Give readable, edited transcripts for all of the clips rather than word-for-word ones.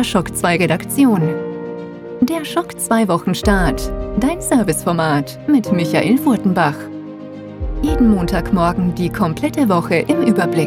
der Shock 2 Redaktion. Der Shock 2 Wochenstart. Dein Serviceformat mit Michael Furtenbach. Jeden Montagmorgen die komplette Woche im Überblick.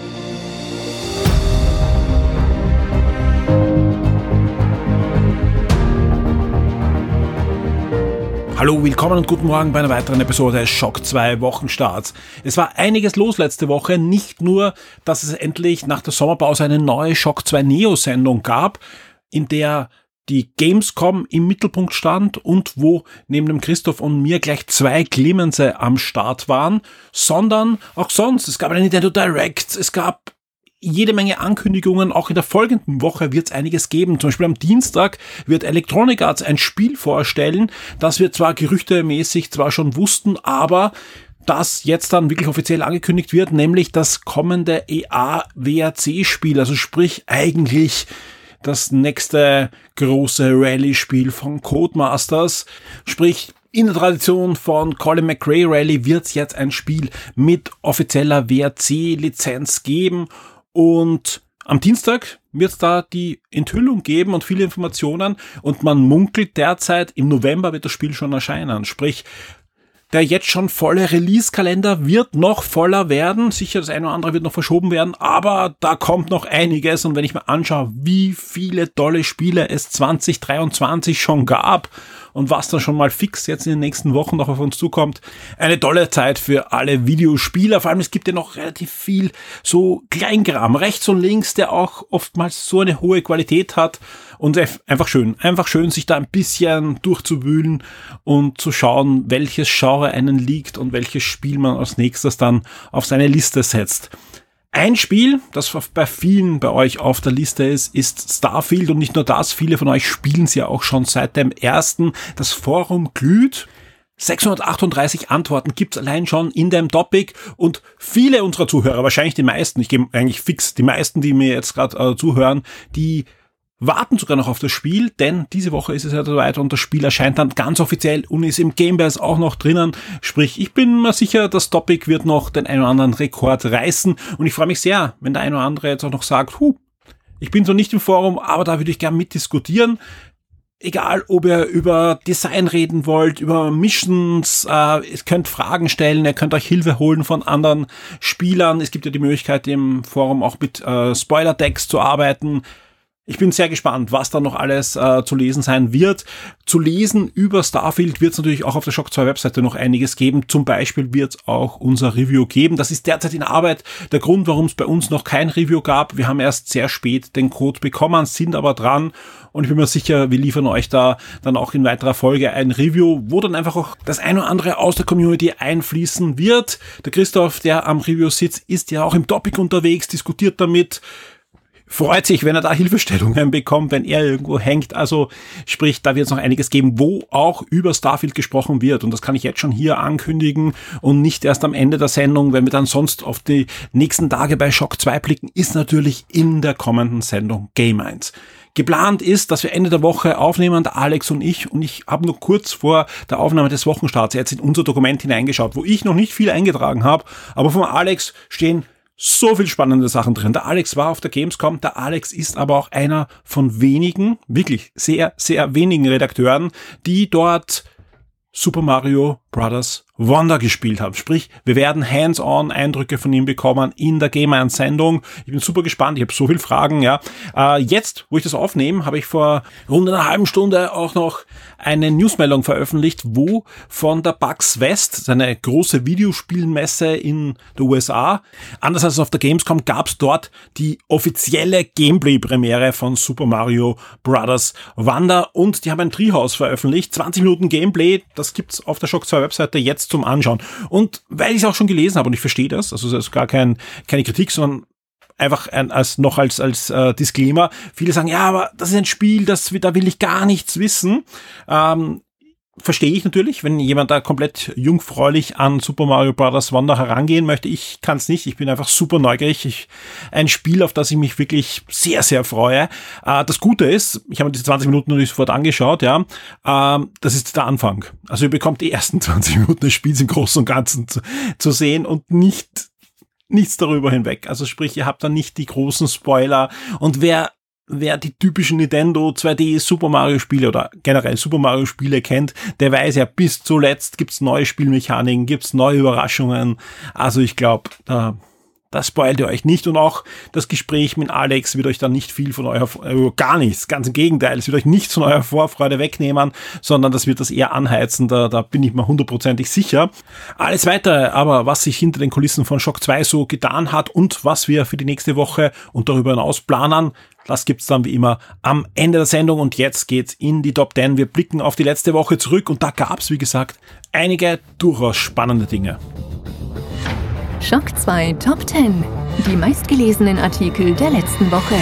Hallo, willkommen und guten Morgen bei einer weiteren Episode des Shock 2 Wochenstarts. Es war einiges los letzte Woche, nicht nur, dass es endlich nach der Sommerpause eine neue Shock 2 Neo-Sendung gab, in der die Gamescom im Mittelpunkt stand und wo neben dem Christoph und mir gleich zwei Clemense am Start waren, sondern auch sonst. Es gab eine Nintendo Direct, es gab jede Menge Ankündigungen, auch in der folgenden Woche wird es einiges geben. Zum Beispiel am Dienstag wird Electronic Arts ein Spiel vorstellen, das wir zwar gerüchtemäßig zwar schon wussten, aber das jetzt dann wirklich offiziell angekündigt wird, nämlich das kommende EA-WRC-Spiel, also sprich eigentlich das nächste große Rallye-Spiel von Codemasters, sprich in der Tradition von Colin McRae Rally wird es jetzt ein Spiel mit offizieller WRC-Lizenz geben. Und am Dienstag wird es da die Enthüllung geben und viele Informationen und man munkelt derzeit, im November wird das Spiel schon erscheinen. Sprich, der jetzt schon volle Release-Kalender wird noch voller werden. Sicher, das eine oder andere wird noch verschoben werden, aber da kommt noch einiges. Und wenn ich mir anschaue, wie viele tolle Spiele es 2023 schon gab und was da schon mal fix jetzt in den nächsten Wochen noch auf uns zukommt, eine tolle Zeit für alle Videospieler. Vor allem, es gibt ja noch relativ viel so Kleinkram rechts und links, der auch oftmals so eine hohe Qualität hat. Und einfach schön, sich da ein bisschen durchzuwühlen und zu schauen, welches Genre einen liegt und welches Spiel man als nächstes dann auf seine Liste setzt. Ein Spiel, das bei vielen bei euch auf der Liste ist Starfield und nicht nur das, viele von euch spielen es ja auch schon seit dem ersten. Das Forum glüht. 638 Antworten gibt's allein schon in dem Topic und viele unserer Zuhörer, wahrscheinlich die meisten, ich gebe eigentlich fix die meisten, die mir jetzt gerade zuhören, die warten sogar noch auf das Spiel, denn diese Woche ist es ja soweit und das Spiel erscheint dann ganz offiziell und ist im Game Pass auch noch drinnen. Sprich, ich bin mir sicher, das Topic wird noch den einen oder anderen Rekord reißen und ich freue mich sehr, wenn der eine oder andere jetzt auch noch sagt, ich bin so nicht im Forum, aber da würde ich gern mitdiskutieren. Egal, ob ihr über Design reden wollt, über Missions, ihr könnt Fragen stellen, ihr könnt euch Hilfe holen von anderen Spielern. Es gibt ja die Möglichkeit, im Forum auch mit Spoiler-Decks zu arbeiten. Ich bin sehr gespannt, was da noch alles zu lesen sein wird. Zu lesen über Starfield wird es natürlich auch auf der Shock 2 Webseite noch einiges geben. Zum Beispiel wird es auch unser Review geben. Das ist derzeit in Arbeit. Der Grund, warum es bei uns noch kein Review gab. Wir haben erst sehr spät den Code bekommen, sind aber dran. Und ich bin mir sicher, wir liefern euch da dann auch in weiterer Folge ein Review, wo dann einfach auch das ein oder andere aus der Community einfließen wird. Der Christoph, der am Review sitzt, ist ja auch im Topic unterwegs, diskutiert damit. Freut sich, wenn er da Hilfestellungen bekommt, wenn er irgendwo hängt. Also sprich, da wird es noch einiges geben, wo auch über Starfield gesprochen wird. Und das kann ich jetzt schon hier ankündigen und nicht erst am Ende der Sendung, wenn wir dann sonst auf die nächsten Tage bei Shock 2 blicken, ist natürlich in der kommenden Sendung Game 1. Geplant ist, dass wir Ende der Woche aufnehmen, der Alex und ich habe nur kurz vor der Aufnahme des Wochenstarts jetzt in unser Dokument hineingeschaut, wo ich noch nicht viel eingetragen habe, aber vom Alex stehen so viel spannende Sachen drin. Der Alex war auf der Gamescom, der Alex ist aber auch einer von wenigen, wirklich sehr, sehr wenigen Redakteuren, die dort Super Mario Bros. Wonder gespielt haben. Sprich, wir werden hands-on Eindrücke von ihm bekommen in der Game 1 Sendung. Ich bin super gespannt, ich habe so viele Fragen. Ja, jetzt, wo ich das aufnehme, habe ich vor rund einer halben Stunde auch noch eine Newsmeldung veröffentlicht, wo von der PAX West, seine große Videospielmesse in den USA, anders als auf der Gamescom, gab es dort die offizielle Gameplay-Premiere von Super Mario Bros. Wonder und die haben ein Treehouse veröffentlicht, 20 Minuten Gameplay, das gibt's auf der Shock 2 Webseite jetzt zum Anschauen. Und weil ich es auch schon gelesen habe und ich verstehe das, also das ist gar keine Kritik, sondern einfach als Disclaimer. Viele sagen, ja, aber das ist ein Spiel, da will ich gar nichts wissen. Verstehe ich natürlich, wenn jemand da komplett jungfräulich an Super Mario Bros. Wonder herangehen möchte. Ich kann es nicht, ich bin einfach super neugierig. Ein Spiel, auf das ich mich wirklich sehr, sehr freue. Das Gute ist, ich habe mir diese 20 Minuten natürlich sofort angeschaut, ja, das ist der Anfang. Also ihr bekommt die ersten 20 Minuten des Spiels im Großen und Ganzen zu sehen und nichts darüber hinweg. Also sprich, ihr habt dann nicht die großen Spoiler und wer wer die typischen Nintendo 2D Super Mario Spiele oder generell Super Mario Spiele kennt, der weiß ja, bis zuletzt gibt's neue Spielmechaniken, gibt's neue Überraschungen. Also ich glaube, das spoilt ihr euch nicht, und auch das Gespräch mit Alex wird euch dann nicht viel von gar nichts, ganz im Gegenteil, es wird euch nichts von eurer Vorfreude wegnehmen, sondern das wird das eher anheizen, da bin ich mir 100%ig sicher. Alles weitere aber, was sich hinter den Kulissen von Shock 2 so getan hat und was wir für die nächste Woche und darüber hinaus planen, das gibt's dann wie immer am Ende der Sendung, und jetzt geht's in die Top 10. Wir blicken auf die letzte Woche zurück und da gab's, wie gesagt, einige durchaus spannende Dinge. Shock 2 Top 10. Die meistgelesenen Artikel der letzten Woche.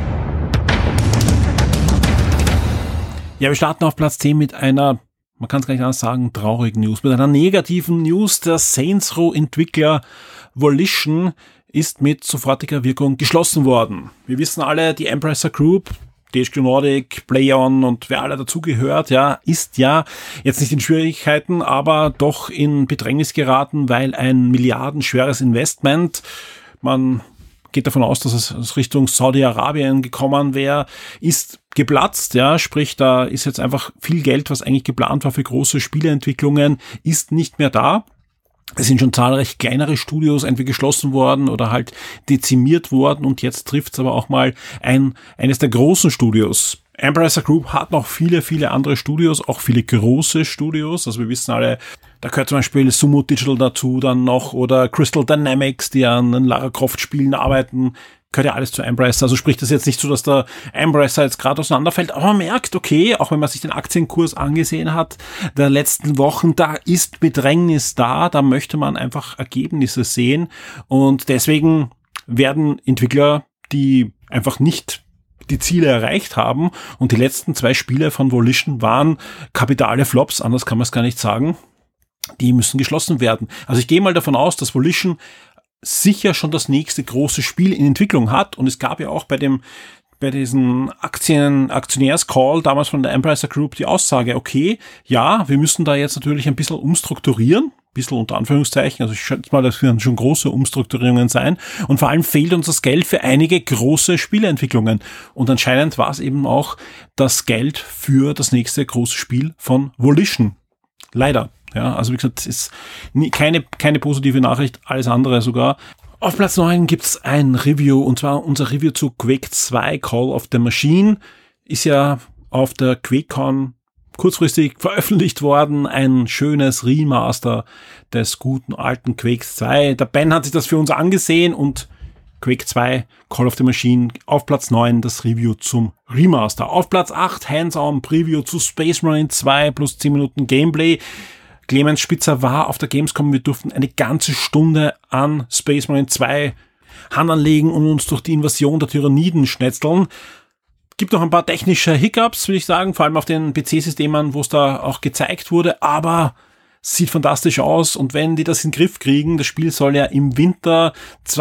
Ja, wir starten auf Platz 10 mit einer, man kann es gar nicht anders sagen, traurigen News. Mit einer negativen News. Der Saints Row Entwickler Volition ist mit sofortiger Wirkung geschlossen worden. Wir wissen alle, die Embracer Group, THQ Nordic, PlayOn und wer alle dazugehört, ja, ist ja jetzt nicht in Schwierigkeiten, aber doch in Bedrängnis geraten, weil ein milliardenschweres Investment, man geht davon aus, dass es Richtung Saudi-Arabien gekommen wäre, ist geplatzt, ja, sprich, da ist jetzt einfach viel Geld, was eigentlich geplant war für große Spieleentwicklungen, ist nicht mehr da. Es sind schon zahlreich kleinere Studios entweder geschlossen worden oder halt dezimiert worden, und jetzt trifft es aber auch mal eines der großen Studios. Embracer Group hat noch viele, viele andere Studios, auch viele große Studios. Also wir wissen alle, da gehört zum Beispiel Sumo Digital dazu dann noch oder Crystal Dynamics, die an den Lara Croft Spielen arbeiten. Gehört ja alles zu Embracer, also spricht das jetzt nicht so, dass der Embracer jetzt gerade auseinanderfällt, aber man merkt, okay, auch wenn man sich den Aktienkurs angesehen hat, der letzten Wochen, da ist Bedrängnis da möchte man einfach Ergebnisse sehen, und deswegen werden Entwickler, die einfach nicht die Ziele erreicht haben, und die letzten 2 Spiele von Volition waren kapitale Flops, anders kann man es gar nicht sagen, die müssen geschlossen werden. Also ich gehe mal davon aus, dass Volition sicher schon das nächste große Spiel in Entwicklung hat, und es gab ja auch bei diesen Aktionärs-Call damals von der Embracer Group die Aussage, okay, ja, wir müssen da jetzt natürlich ein bisschen umstrukturieren, ein bisschen unter Anführungszeichen, also ich schätze mal, das werden schon große Umstrukturierungen sein, und vor allem fehlt uns das Geld für einige große Spieleentwicklungen, und anscheinend war es eben auch das Geld für das nächste große Spiel von Volition. Leider. Ja, also wie gesagt, ist keine positive Nachricht, alles andere sogar. Auf Platz 9 gibt's ein Review, und zwar unser Review zu Quake 2 Call of the Machine. Ist ja auf der QuakeCon kurzfristig veröffentlicht worden, ein schönes Remaster des guten alten Quake 2. Der Ben hat sich das für uns angesehen, und Quake 2 Call of the Machine auf Platz 9 das Review zum Remaster. Auf Platz 8 Hands-on Preview zu Space Marine 2 plus 10 Minuten Gameplay. Clemens Spitzer war auf der Gamescom, wir durften eine ganze Stunde an Space Marine 2 Hand anlegen und uns durch die Invasion der Tyranniden schnetzeln. Gibt noch ein paar technische Hiccups, würde ich sagen, vor allem auf den PC-Systemen, wo es da auch gezeigt wurde, aber sieht fantastisch aus, und wenn die das in den Griff kriegen, das Spiel soll ja im Winter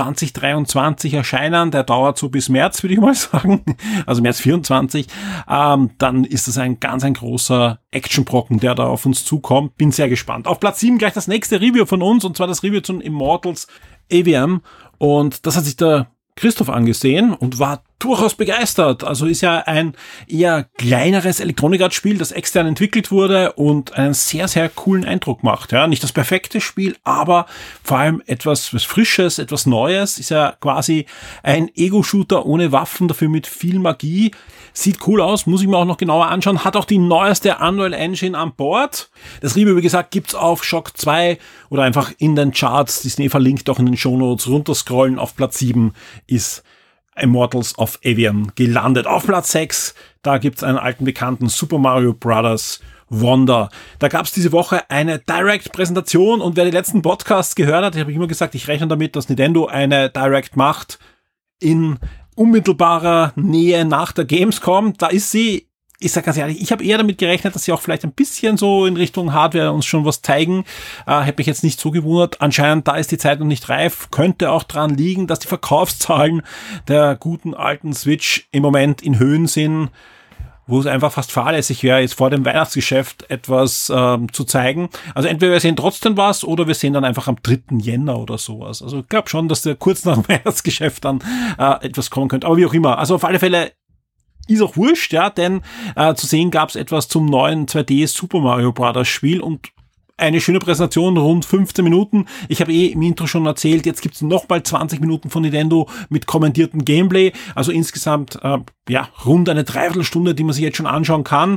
2023 erscheinen, der dauert so bis März, würde ich mal sagen, also März 24, dann ist das ein großer Actionbrocken, der da auf uns zukommt. Bin sehr gespannt. Auf Platz 7 gleich das nächste Review von uns, und zwar das Review zum Immortals AVM, und das hat sich der Christoph angesehen und war durchaus begeistert. Also ist ja ein eher kleineres Elektronik-Art-Spiel, das extern entwickelt wurde und einen sehr, sehr coolen Eindruck macht. Ja, nicht das perfekte Spiel, aber vor allem etwas was Frisches, etwas Neues. Ist ja quasi ein Ego-Shooter ohne Waffen, dafür mit viel Magie. Sieht cool aus, muss ich mir auch noch genauer anschauen. Hat auch die neueste Unreal Engine an Bord. Das Review, wie gesagt, gibt's auf Shock 2 oder einfach in den Charts. Die sind verlinkt, auch in den Shownotes. Runterscrollen auf Platz 7 ist Immortals of Avium gelandet. Auf Platz 6, da gibt's einen alten Bekannten, Super Mario Bros. Wonder. Da gab's diese Woche eine Direct-Präsentation, und wer die letzten Podcasts gehört hat, ich habe immer gesagt, ich rechne damit, dass Nintendo eine Direct macht in unmittelbarer Nähe nach der Gamescom. Da ist sie. Ich sag ganz ehrlich, ich habe eher damit gerechnet, dass sie auch vielleicht ein bisschen so in Richtung Hardware uns schon was zeigen. Hätte mich jetzt nicht so gewundert. Anscheinend, da ist die Zeit noch nicht reif. Könnte auch dran liegen, dass die Verkaufszahlen der guten alten Switch im Moment in Höhen sind, wo es einfach fast fahrlässig wäre, jetzt vor dem Weihnachtsgeschäft etwas zu zeigen. Also entweder wir sehen trotzdem was, oder wir sehen dann einfach am 3. Jänner oder sowas. Also ich glaube schon, dass der kurz nach dem Weihnachtsgeschäft dann etwas kommen könnte. Aber wie auch immer. Also auf alle Fälle, ist auch wurscht, ja, denn zu sehen gab es etwas zum neuen 2D Super Mario Bros. Spiel und eine schöne Präsentation, rund 15 Minuten. Ich habe im Intro schon erzählt, jetzt gibt's nochmal 20 Minuten von Nintendo mit kommentiertem Gameplay. Also insgesamt rund eine Dreiviertelstunde, die man sich jetzt schon anschauen kann.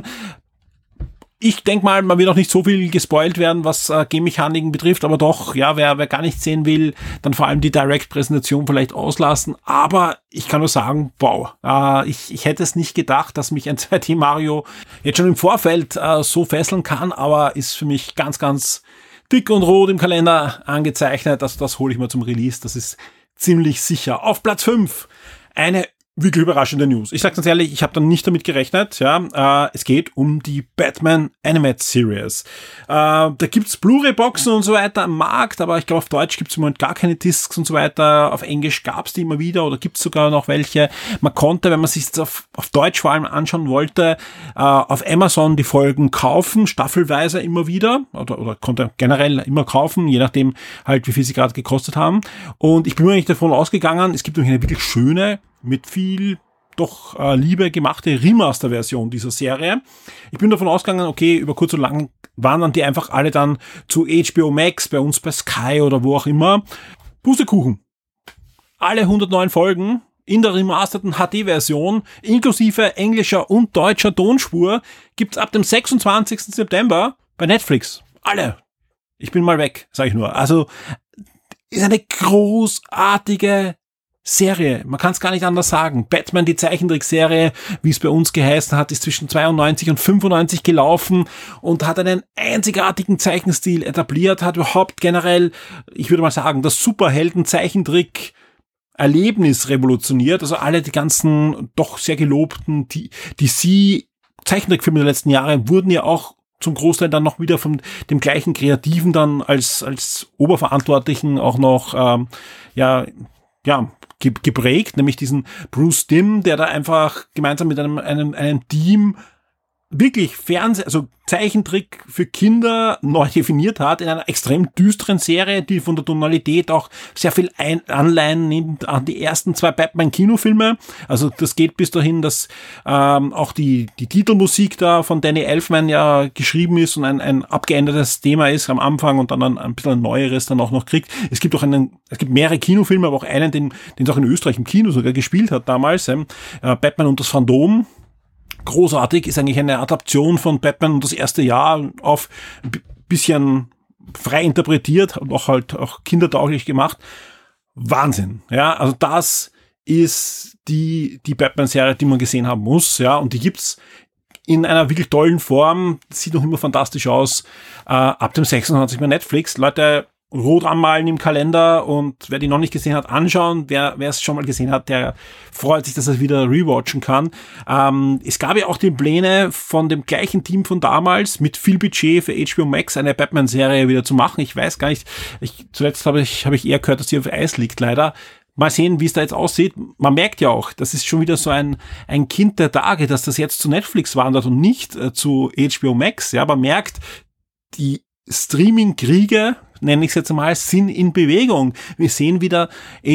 Ich denke mal, man wird auch nicht so viel gespoilt werden, was Game-Mechaniken betrifft, aber doch, ja, wer gar nichts sehen will, dann vor allem die Direct-Präsentation vielleicht auslassen. Aber ich kann nur sagen, wow, ich hätte es nicht gedacht, dass mich ein 2D-Mario jetzt schon im Vorfeld so fesseln kann, aber ist für mich ganz, ganz dick und rot im Kalender angezeichnet. Also das hole ich mal zum Release, das ist ziemlich sicher. Auf Platz 5, eine wirklich überraschende News. Ich sage ganz ehrlich, ich habe dann nicht damit gerechnet. Ja, es geht um die Batman Animated Series. Da gibt's Blu-ray-Boxen und so weiter am Markt, aber ich glaube, auf Deutsch gibt's im Moment gar keine Discs und so weiter. Auf Englisch gab's die immer wieder oder gibt's sogar noch welche. Man konnte, wenn man sich jetzt auf Deutsch vor allem anschauen wollte, auf Amazon die Folgen kaufen, staffelweise immer wieder oder konnte generell immer kaufen, je nachdem halt, wie viel sie gerade gekostet haben. Und ich bin mir eigentlich davon ausgegangen, es gibt nämlich eine wirklich schöne, mit viel doch Liebe gemachte Remaster-Version dieser Serie. Ich bin davon ausgegangen, okay, über kurz und lang wandern die einfach alle dann zu HBO Max, bei uns bei Sky oder wo auch immer. Pustekuchen. Alle 109 Folgen in der remasterten HD-Version, inklusive englischer und deutscher Tonspur, gibt's ab dem 26. September bei Netflix. Alle. Ich bin mal weg, sag ich nur. Also, ist eine großartige Serie, man kann es gar nicht anders sagen. Batman, die Zeichentrickserie, wie es bei uns geheißen hat, ist zwischen 92 und 95 gelaufen und hat einen einzigartigen Zeichenstil etabliert, hat überhaupt generell, ich würde mal sagen, das Superhelden-Zeichentrick Erlebnis revolutioniert. Also alle die ganzen doch sehr gelobten DC-Zeichentrickfilme der letzten Jahre wurden ja auch zum Großteil dann noch wieder von dem gleichen Kreativen dann als Oberverantwortlichen auch noch geprägt, nämlich diesen Bruce Timm, der da einfach gemeinsam mit einem Team wirklich Zeichentrick für Kinder neu definiert hat, in einer extrem düsteren Serie, die von der Tonalität auch sehr viel Anleihen nimmt an die ersten 2 Batman-Kinofilme. Also das geht bis dahin, dass auch die Titelmusik da von Danny Elfman ja geschrieben ist und ein abgeändertes Thema ist am Anfang und dann ein bisschen ein neueres dann auch noch kriegt. Es gibt mehrere Kinofilme, aber auch einen, den es auch in Österreich im Kino sogar gespielt hat damals, Batman und das Phantom. Großartig, ist eigentlich eine Adaption von Batman und das erste Jahr auf ein bisschen frei interpretiert und auch kindertauglich gemacht. Wahnsinn, ja, also das ist die Batman-Serie, die man gesehen haben muss, ja, und die gibt's in einer wirklich tollen Form, sieht noch immer fantastisch aus, ab dem 26. bei Netflix. Leute, rot anmalen im Kalender und wer die noch nicht gesehen hat, anschauen. Wer es schon mal gesehen hat, der freut sich, dass er es wieder rewatchen kann. Es gab ja auch die Pläne von dem gleichen Team von damals mit viel Budget für HBO Max eine Batman-Serie wieder zu machen. Ich weiß gar nicht, zuletzt habe ich eher gehört, dass die auf Eis liegt, leider. Mal sehen, wie es da jetzt aussieht. Man merkt ja auch, das ist schon wieder so ein Kind der Tage, dass das jetzt zu Netflix wandert und nicht zu HBO Max. Ja, man merkt, die Streaming-Kriege, nenne ich es jetzt mal, sind in Bewegung. Wir sehen wieder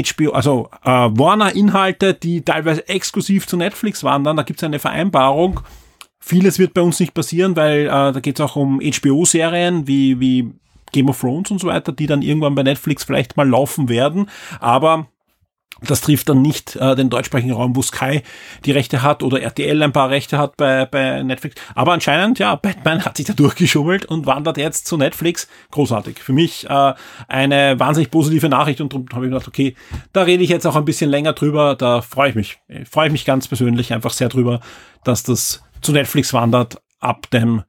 Warner-Inhalte, die teilweise exklusiv zu Netflix wandern. Da gibt es eine Vereinbarung. Vieles wird bei uns nicht passieren, weil da geht es auch um HBO-Serien wie Game of Thrones und so weiter, die dann irgendwann bei Netflix vielleicht mal laufen werden. Aber das trifft dann nicht den deutschsprachigen Raum, wo Sky die Rechte hat oder RTL ein paar Rechte hat bei Netflix. Aber anscheinend, ja, Batman hat sich da durchgeschummelt und wandert jetzt zu Netflix. Großartig. Für mich eine wahnsinnig positive Nachricht und darum habe ich gedacht, okay, da rede ich jetzt auch ein bisschen länger drüber. Da freue ich mich. Freue ich mich ganz persönlich einfach sehr drüber, dass das zu Netflix wandert ab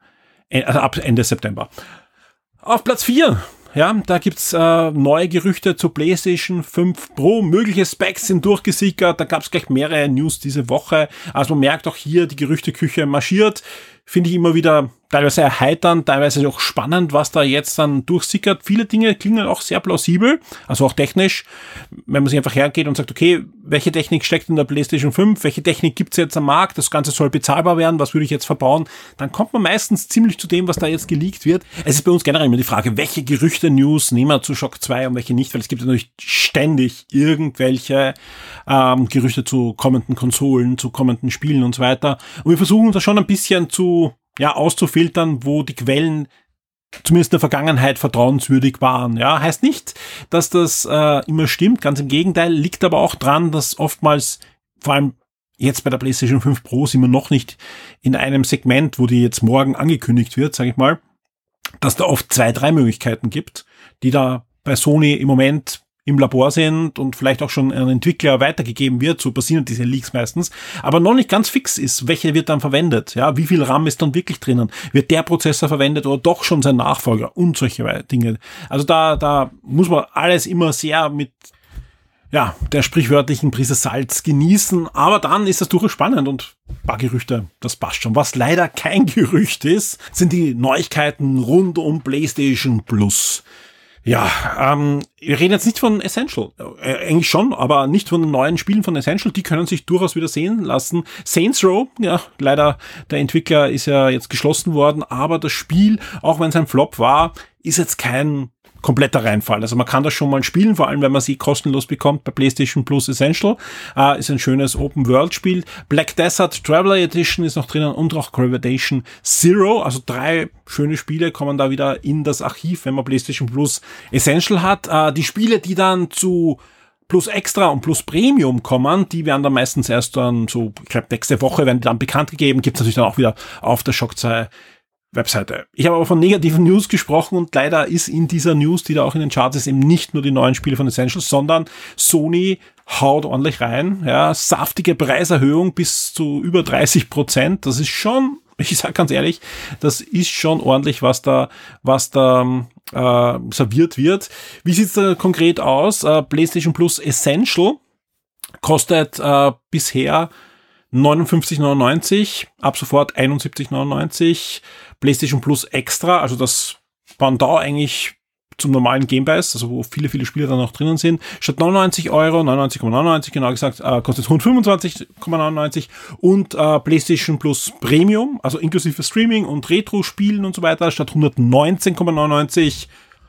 Ende September. Auf Platz 4. Ja, da gibt's neue Gerüchte zur PlayStation 5 Pro. Mögliche Specs sind durchgesickert. Da gab's gleich mehrere News diese Woche. Also man merkt auch hier, die Gerüchteküche marschiert. Finde ich immer wieder teilweise erheiternd, teilweise auch spannend, was da jetzt dann durchsickert. Viele Dinge klingen auch sehr plausibel, also auch technisch. Wenn man sich einfach hergeht und sagt, okay, welche Technik steckt in der PlayStation 5? Welche Technik gibt's jetzt am Markt? Das Ganze soll bezahlbar werden. Was würde ich jetzt verbauen? Dann kommt man meistens ziemlich zu dem, was da jetzt geleakt wird. Es ist bei uns generell immer die Frage, welche Gerüchte-News nehmen wir zu Shock 2 und welche nicht, weil es gibt natürlich ständig irgendwelche Gerüchte zu kommenden Konsolen, zu kommenden Spielen und so weiter. Und wir versuchen das schon ein bisschen auszufiltern, wo die Quellen zumindest in der Vergangenheit vertrauenswürdig waren. Ja, heißt nicht, dass das immer stimmt, ganz im Gegenteil, liegt aber auch dran, dass oftmals, vor allem jetzt bei der PlayStation 5 Pro, sind wir noch nicht in einem Segment, wo die jetzt morgen angekündigt wird, sage ich mal, dass da oft 2, 3 Möglichkeiten gibt, die da bei Sony im Moment im Labor sind und vielleicht auch schon an Entwickler weitergegeben wird, so passieren diese Leaks meistens, aber noch nicht ganz fix ist, welche wird dann verwendet, ja, wie viel RAM ist dann wirklich drinnen, wird der Prozessor verwendet oder doch schon sein Nachfolger und solche Dinge. Also da muss man alles immer sehr mit der sprichwörtlichen Prise Salz genießen, aber dann ist das durchaus spannend und ein paar Gerüchte, das passt schon. Was leider kein Gerücht ist, sind die Neuigkeiten rund um PlayStation Plus. Ja, wir reden jetzt nicht von Essential, eigentlich schon, aber nicht von den neuen Spielen von Essential, die können sich durchaus wieder sehen lassen. Saints Row, ja, leider, der Entwickler ist ja jetzt geschlossen worden, aber das Spiel, auch wenn es ein Flop war, ist jetzt kein kompletter Reinfall. Also man kann das schon mal spielen, vor allem wenn man sie kostenlos bekommt bei PlayStation Plus Essential. Ist ein schönes Open-World-Spiel. Black Desert Traveler Edition ist noch drinnen und auch Gravitation Zero. Also 3 schöne Spiele kommen da wieder in das Archiv, wenn man PlayStation Plus Essential hat. Die Spiele, die dann zu Plus Extra und Plus Premium kommen, die werden dann meistens erst dann so, ich glaube nächste Woche werden die dann bekannt gegeben. Gibt's natürlich dann auch wieder auf der Shock 2 Webseite. Ich habe aber von negativen News gesprochen und leider ist in dieser News, die da auch in den Charts ist, eben nicht nur die neuen Spiele von Essentials, sondern Sony haut ordentlich rein. Ja, saftige Preiserhöhung bis zu über 30%. Das ist schon, ich sage ganz ehrlich, das ist schon ordentlich, was da serviert wird. Wie sieht's da konkret aus? PlayStation Plus Essential kostet bisher 59,99, ab sofort 71,99. PlayStation Plus Extra, also das Pendant eigentlich zum normalen Game Pass, also wo viele Spiele dann noch drinnen sind, statt 99 Euro, 99,99 genau gesagt, kostet 125,99 und PlayStation Plus Premium, also inklusive Streaming und Retro-Spielen und so weiter, statt 119,99,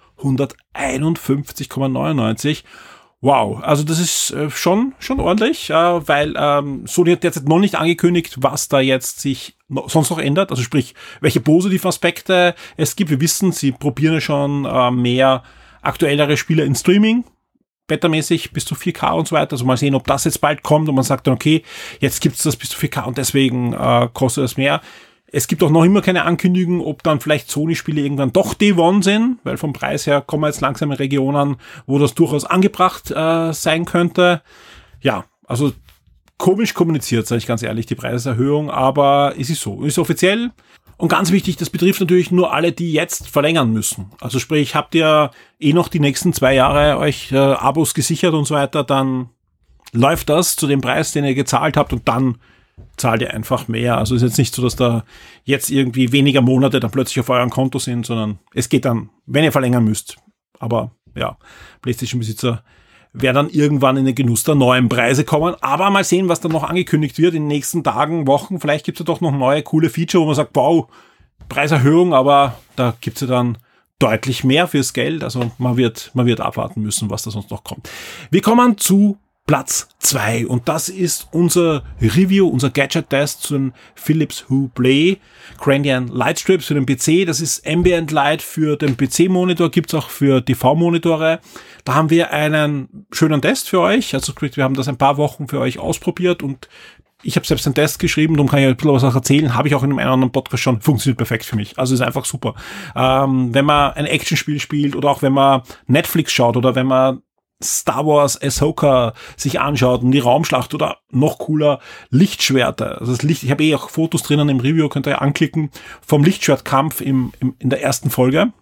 151,99. Wow, also das ist schon ordentlich, weil Sony hat derzeit noch nicht angekündigt, was da jetzt sich sonst noch ändert, also sprich, welche positiven Aspekte es gibt. Wir wissen, sie probieren ja schon mehr aktuellere Spiele in Streaming, betamäßig bis zu 4K und so weiter, also mal sehen, ob das jetzt bald kommt und man sagt dann, okay, jetzt gibt's das bis zu 4K und deswegen kostet es mehr. Es gibt auch noch immer keine Ankündigung, ob dann vielleicht Sony-Spiele irgendwann doch Day One sind, weil vom Preis her kommen wir jetzt langsam in Regionen, wo das durchaus angebracht sein könnte. Ja, also komisch kommuniziert, sage ich ganz ehrlich, die Preiserhöhung, aber es ist so, ist offiziell. Und ganz wichtig, das betrifft natürlich nur alle, die jetzt verlängern müssen. Also sprich, habt ihr noch die nächsten 2 Jahre euch Abos gesichert und so weiter, dann läuft das zu dem Preis, den ihr gezahlt habt und dann zahlt ihr einfach mehr. Also ist jetzt nicht so, dass da jetzt irgendwie weniger Monate dann plötzlich auf eurem Konto sind, sondern es geht dann, wenn ihr verlängern müsst. Aber ja, PlayStation-Besitzer werden dann irgendwann in den Genuss der neuen Preise kommen. Aber mal sehen, was dann noch angekündigt wird in den nächsten Tagen, Wochen. Vielleicht gibt es ja doch noch neue, coole Feature, wo man sagt, wow, Preiserhöhung, aber da gibt es ja dann deutlich mehr fürs Geld. Also man wird abwarten müssen, was da sonst noch kommt. Wir kommen zu Platz 2 und das ist unser Review, unser Gadget-Test zu den Philips Hue Play Gradient Light Strips für den PC. Das ist Ambient Light für den PC-Monitor, gibt's auch für TV-Monitore. Da haben wir einen schönen Test für euch. Also wir haben das ein paar Wochen für euch ausprobiert und ich habe selbst einen Test geschrieben, darum kann ich ein bisschen was auch erzählen. Habe ich auch in einem anderen Podcast schon. Funktioniert perfekt für mich. Also ist einfach super. Wenn man ein Actionspiel spielt oder auch wenn man Netflix schaut oder wenn man Star Wars Ahsoka sich anschaut und die Raumschlacht oder noch cooler Lichtschwerter. Also das Licht, ich habe auch Fotos drinnen im Review, könnt ihr anklicken, vom Lichtschwertkampf in der ersten Folge.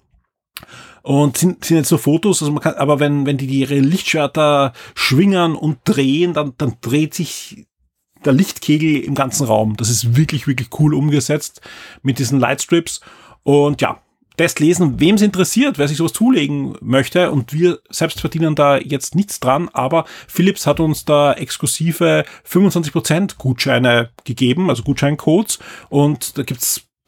Und sind jetzt nur Fotos, also man kann, aber wenn die ihre Lichtschwerter schwingen und drehen, dann dreht sich der Lichtkegel im ganzen Raum. Das ist wirklich, wirklich cool umgesetzt mit diesen Lightstrips. Und ja, Test lesen, wem es interessiert, wer sich sowas zulegen möchte, und wir selbst verdienen da jetzt nichts dran, aber Philips hat uns da exklusive 25% Gutscheine gegeben, also Gutscheincodes, und da gibt's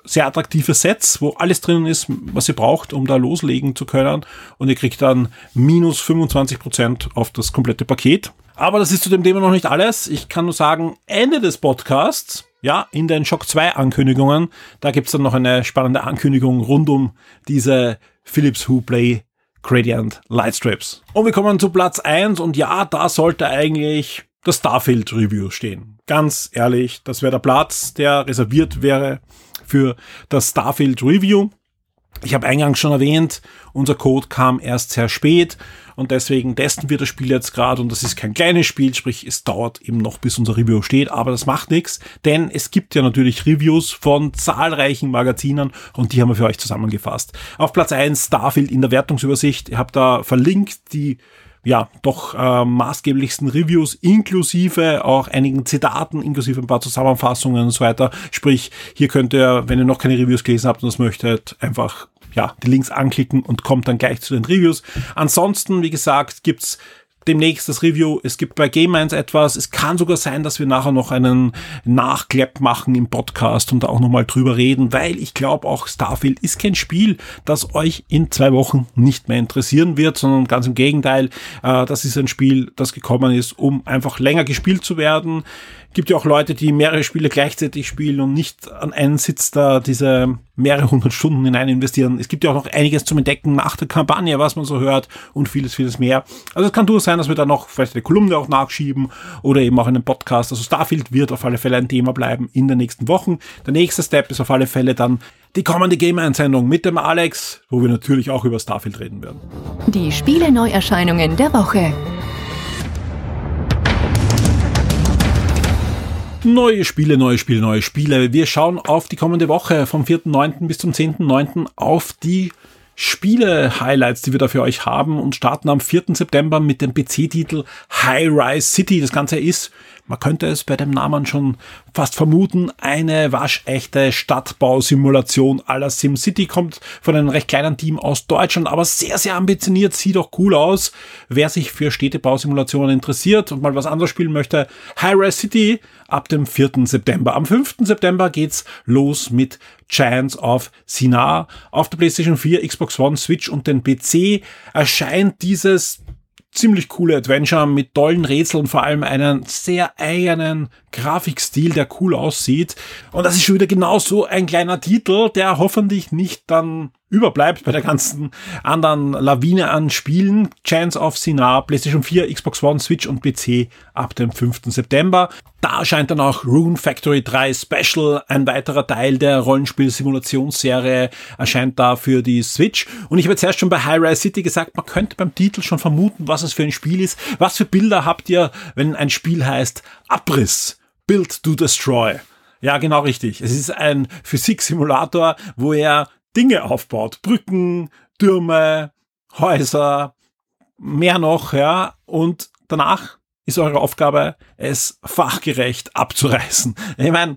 sehr attraktive Sets, wo alles drin ist, was ihr braucht, um da loslegen zu können. Und ihr kriegt dann minus 25% auf das komplette Paket. Aber das ist zu dem Thema noch nicht alles. Ich kann nur sagen, Ende des Podcasts, ja, in den Shock 2 Ankündigungen, da gibt's dann noch eine spannende Ankündigung rund um diese Philips Hue Play Gradient Lightstrips. Und wir kommen zu Platz 1 und ja, da sollte eigentlich das Starfield Review stehen. Ganz ehrlich, das wäre der Platz, der reserviert wäre für das Starfield Review. Ich habe eingangs schon erwähnt, unser Code kam erst sehr spät und deswegen testen wir das Spiel jetzt gerade und das ist kein kleines Spiel, sprich es dauert eben noch, bis unser Review steht, aber das macht nichts, denn es gibt ja natürlich Reviews von zahlreichen Magazinen und die haben wir für euch zusammengefasst. Auf Platz 1 Starfield in der Wertungsübersicht, ihr habt da verlinkt die doch maßgeblichsten Reviews, inklusive auch einigen Zitaten, inklusive ein paar Zusammenfassungen und so weiter. Sprich, hier könnt ihr, wenn ihr noch keine Reviews gelesen habt und das möchtet, einfach die Links anklicken und kommt dann gleich zu den Reviews. Ansonsten, wie gesagt, gibt's demnächst das Review. Es gibt bei Game Minds etwas. Es kann sogar sein, dass wir nachher noch einen Nachklapp machen im Podcast und da auch nochmal drüber reden, weil ich glaube auch Starfield ist kein Spiel, das euch in 2 Wochen nicht mehr interessieren wird, sondern ganz im Gegenteil. Das ist ein Spiel, das gekommen ist, um einfach länger gespielt zu werden. Gibt ja auch Leute, die mehrere Spiele gleichzeitig spielen und nicht an einen Sitz da diese mehrere 100 Stunden hinein investieren. Es gibt ja auch noch einiges zum Entdecken nach der Kampagne, was man so hört und vieles, vieles mehr. Also es kann durchaus sein, dass wir da noch vielleicht eine Kolumne auch nachschieben oder eben auch einen Podcast. Also Starfield wird auf alle Fälle ein Thema bleiben in den nächsten Wochen. Der nächste Step ist auf alle Fälle dann die kommende Game-Einsendung mit dem Alex, wo wir natürlich auch über Starfield reden werden. Die Spiele-Neuerscheinungen der Woche. Neue Spiele. Wir schauen auf die kommende Woche vom 4.9. bis zum 10.9. auf die Spiele-Highlights, die wir da für euch haben und starten am 4. September mit dem PC-Titel High-Rise City. Das Ganze ist, man könnte es bei dem Namen schon fast vermuten, eine waschechte Stadtbausimulation à la SimCity, kommt von einem recht kleinen Team aus Deutschland, aber sehr, sehr ambitioniert, sieht auch cool aus. Wer sich für Städtebausimulationen interessiert und mal was anderes spielen möchte, High-Rise City ab dem 4. September. Am 5. September geht's los mit Giants of Sinar. Auf der PlayStation 4, Xbox One, Switch und den PC erscheint dieses ziemlich coole Adventure mit tollen Rätseln und vor allem einen sehr eigenen Grafikstil, der cool aussieht. Und das ist schon wieder genau so ein kleiner Titel, der hoffentlich nicht dann überbleibt bei der ganzen anderen Lawine an Spielen. Giants of Sinar, PlayStation 4, Xbox One, Switch und PC ab dem 5. September. Da erscheint dann auch Rune Factory 3 Special, ein weiterer Teil der Rollenspiel-Simulationsserie erscheint da für die Switch. Und ich habe jetzt erst schon bei High-Rise City gesagt, man könnte beim Titel schon vermuten, was es für ein Spiel ist. Was für Bilder habt ihr, wenn ein Spiel heißt Abriss, Build to Destroy? Ja, genau richtig. Es ist ein Physik-Simulator, wo er Dinge aufbaut. Brücken, Türme, Häuser, mehr noch, ja. Und danach ist eure Aufgabe, es fachgerecht abzureißen. Ich meine,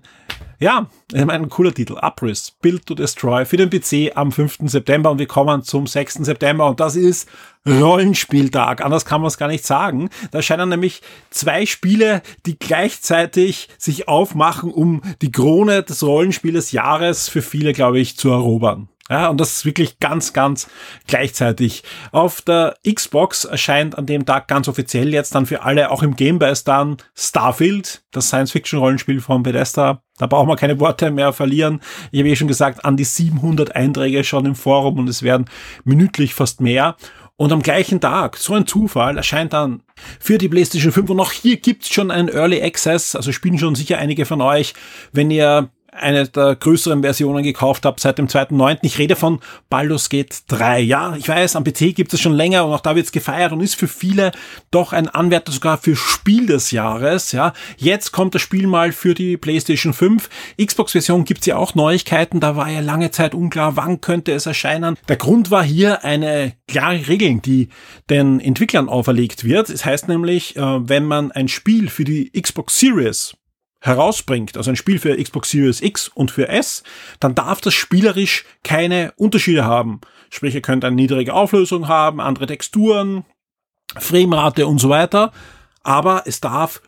ein cooler Titel. Abriss, Build to Destroy für den PC am 5. September und wir kommen zum 6. September und das ist Rollenspieltag. Anders kann man es gar nicht sagen. Da erscheinen nämlich 2 Spiele, die gleichzeitig sich aufmachen, um die Krone des Rollenspiels des Jahres für viele, glaube ich, zu erobern. Ja, und das ist wirklich ganz, ganz gleichzeitig. Auf der Xbox erscheint an dem Tag ganz offiziell jetzt dann für alle, auch im Game Pass dann, Starfield, das Science-Fiction-Rollenspiel von Bethesda. Da brauchen wir keine Worte mehr verlieren. Ich habe schon gesagt, an die 700 Einträge schon im Forum und es werden minütlich fast mehr. Und am gleichen Tag, so ein Zufall, erscheint dann für die PlayStation 5 und auch hier gibt's schon einen Early Access, also spielen schon sicher einige von euch, wenn ihr eine der größeren Versionen gekauft habe seit dem 2.9. Ich rede von Baldur's Gate 3. Ja, ich weiß, am PC gibt es schon länger und auch da wird es gefeiert und ist für viele doch ein Anwärter sogar für Spiel des Jahres. Ja, jetzt kommt das Spiel mal für die PlayStation 5. Xbox-Version gibt es ja auch Neuigkeiten. Da war ja lange Zeit unklar, wann könnte es erscheinen. Der Grund war hier eine klare Regel, die den Entwicklern auferlegt wird. Es heißt nämlich, wenn man ein Spiel für die Xbox Series herausbringt, also ein Spiel für Xbox Series X und für S, dann darf das spielerisch keine Unterschiede haben. Sprich, ihr könnt eine niedrige Auflösung haben, andere Texturen, Framerate und so weiter. aber es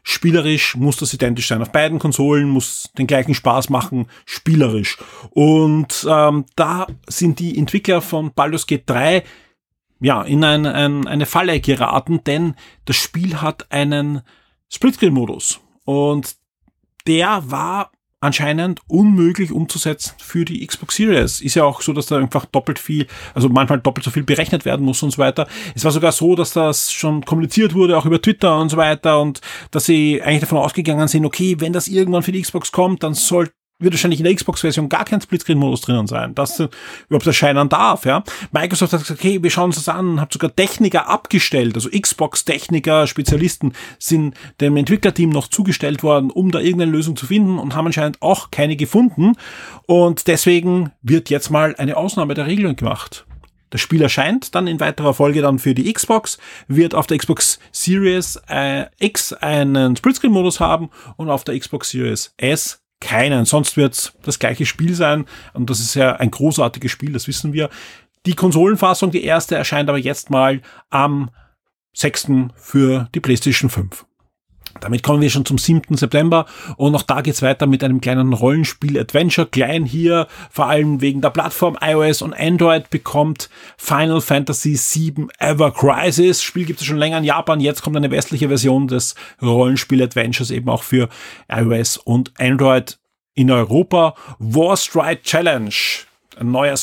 muss das identisch sein. Auf beiden Konsolen muss den gleichen Spaß machen, spielerisch. Und da sind die Entwickler von Baldur's Gate 3 in eine Falle geraten, denn das Spiel hat einen Splitscreen-Modus und der war anscheinend unmöglich umzusetzen für die Xbox Series. Ist ja auch so, dass da einfach manchmal doppelt so viel berechnet werden muss und so weiter. Es war sogar so, dass das schon kommuniziert wurde, auch über Twitter und so weiter, und dass sie eigentlich davon ausgegangen sind, okay, wenn das irgendwann für die Xbox kommt, dann wird wahrscheinlich in der Xbox-Version gar kein Splitscreen-Modus drinnen sein, dass überhaupt erscheinen darf, ja. Microsoft hat gesagt, okay, wir schauen uns das an, hat sogar Techniker abgestellt, also Xbox-Techniker, Spezialisten sind dem Entwicklerteam noch zugestellt worden, um da irgendeine Lösung zu finden, und haben anscheinend auch keine gefunden, und deswegen wird jetzt mal eine Ausnahme der Regelung gemacht. Das Spiel erscheint dann in weiterer Folge dann für die Xbox, wird auf der Xbox Series X einen Splitscreen-Modus haben und auf der Xbox Series S keinen. Sonst wird's das gleiche Spiel sein, und das ist ja ein großartiges Spiel, das wissen wir. Die Konsolenfassung, die erste, erscheint aber jetzt mal am 6. für die PlayStation 5. Damit kommen wir schon zum 7. September, und auch da geht's weiter mit einem kleinen Rollenspiel-Adventure. Klein hier, vor allem wegen der Plattform iOS und Android, bekommt Final Fantasy VII Ever Crisis. Spiel gibt es schon länger in Japan, jetzt kommt eine westliche Version des Rollenspiel-Adventures eben auch für iOS und Android in Europa. Warstride Challenge. Ein neuer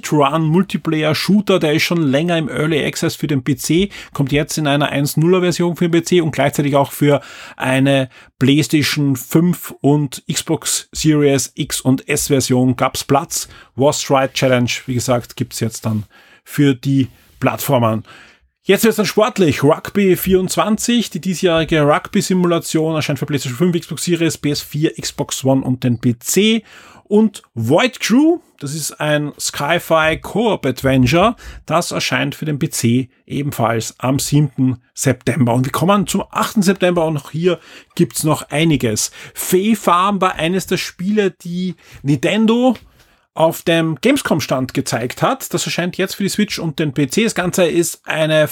Speedrun-Multiplayer-Shooter, der ist schon länger im Early Access für den PC, kommt jetzt in einer 1.0er-Version für den PC und gleichzeitig auch für eine PlayStation 5 und Xbox Series X und S-Version gab's Platz. Warstride Challenge, wie gesagt, gibt's jetzt dann für die Plattformen. Jetzt wird's dann sportlich. Rugby 24, die diesjährige Rugby-Simulation, erscheint für PlayStation 5, Xbox Series, PS4, Xbox One und den PC. Und Void Crew, das ist ein Sci-Fi Co-op Adventure, das erscheint für den PC ebenfalls am 7. September. Und wir kommen zum 8. September, und auch hier gibt's noch einiges. Fae Farm war eines der Spiele, die Nintendo auf dem Gamescom-Stand gezeigt hat. Das erscheint jetzt für die Switch und den PC. Das Ganze ist eine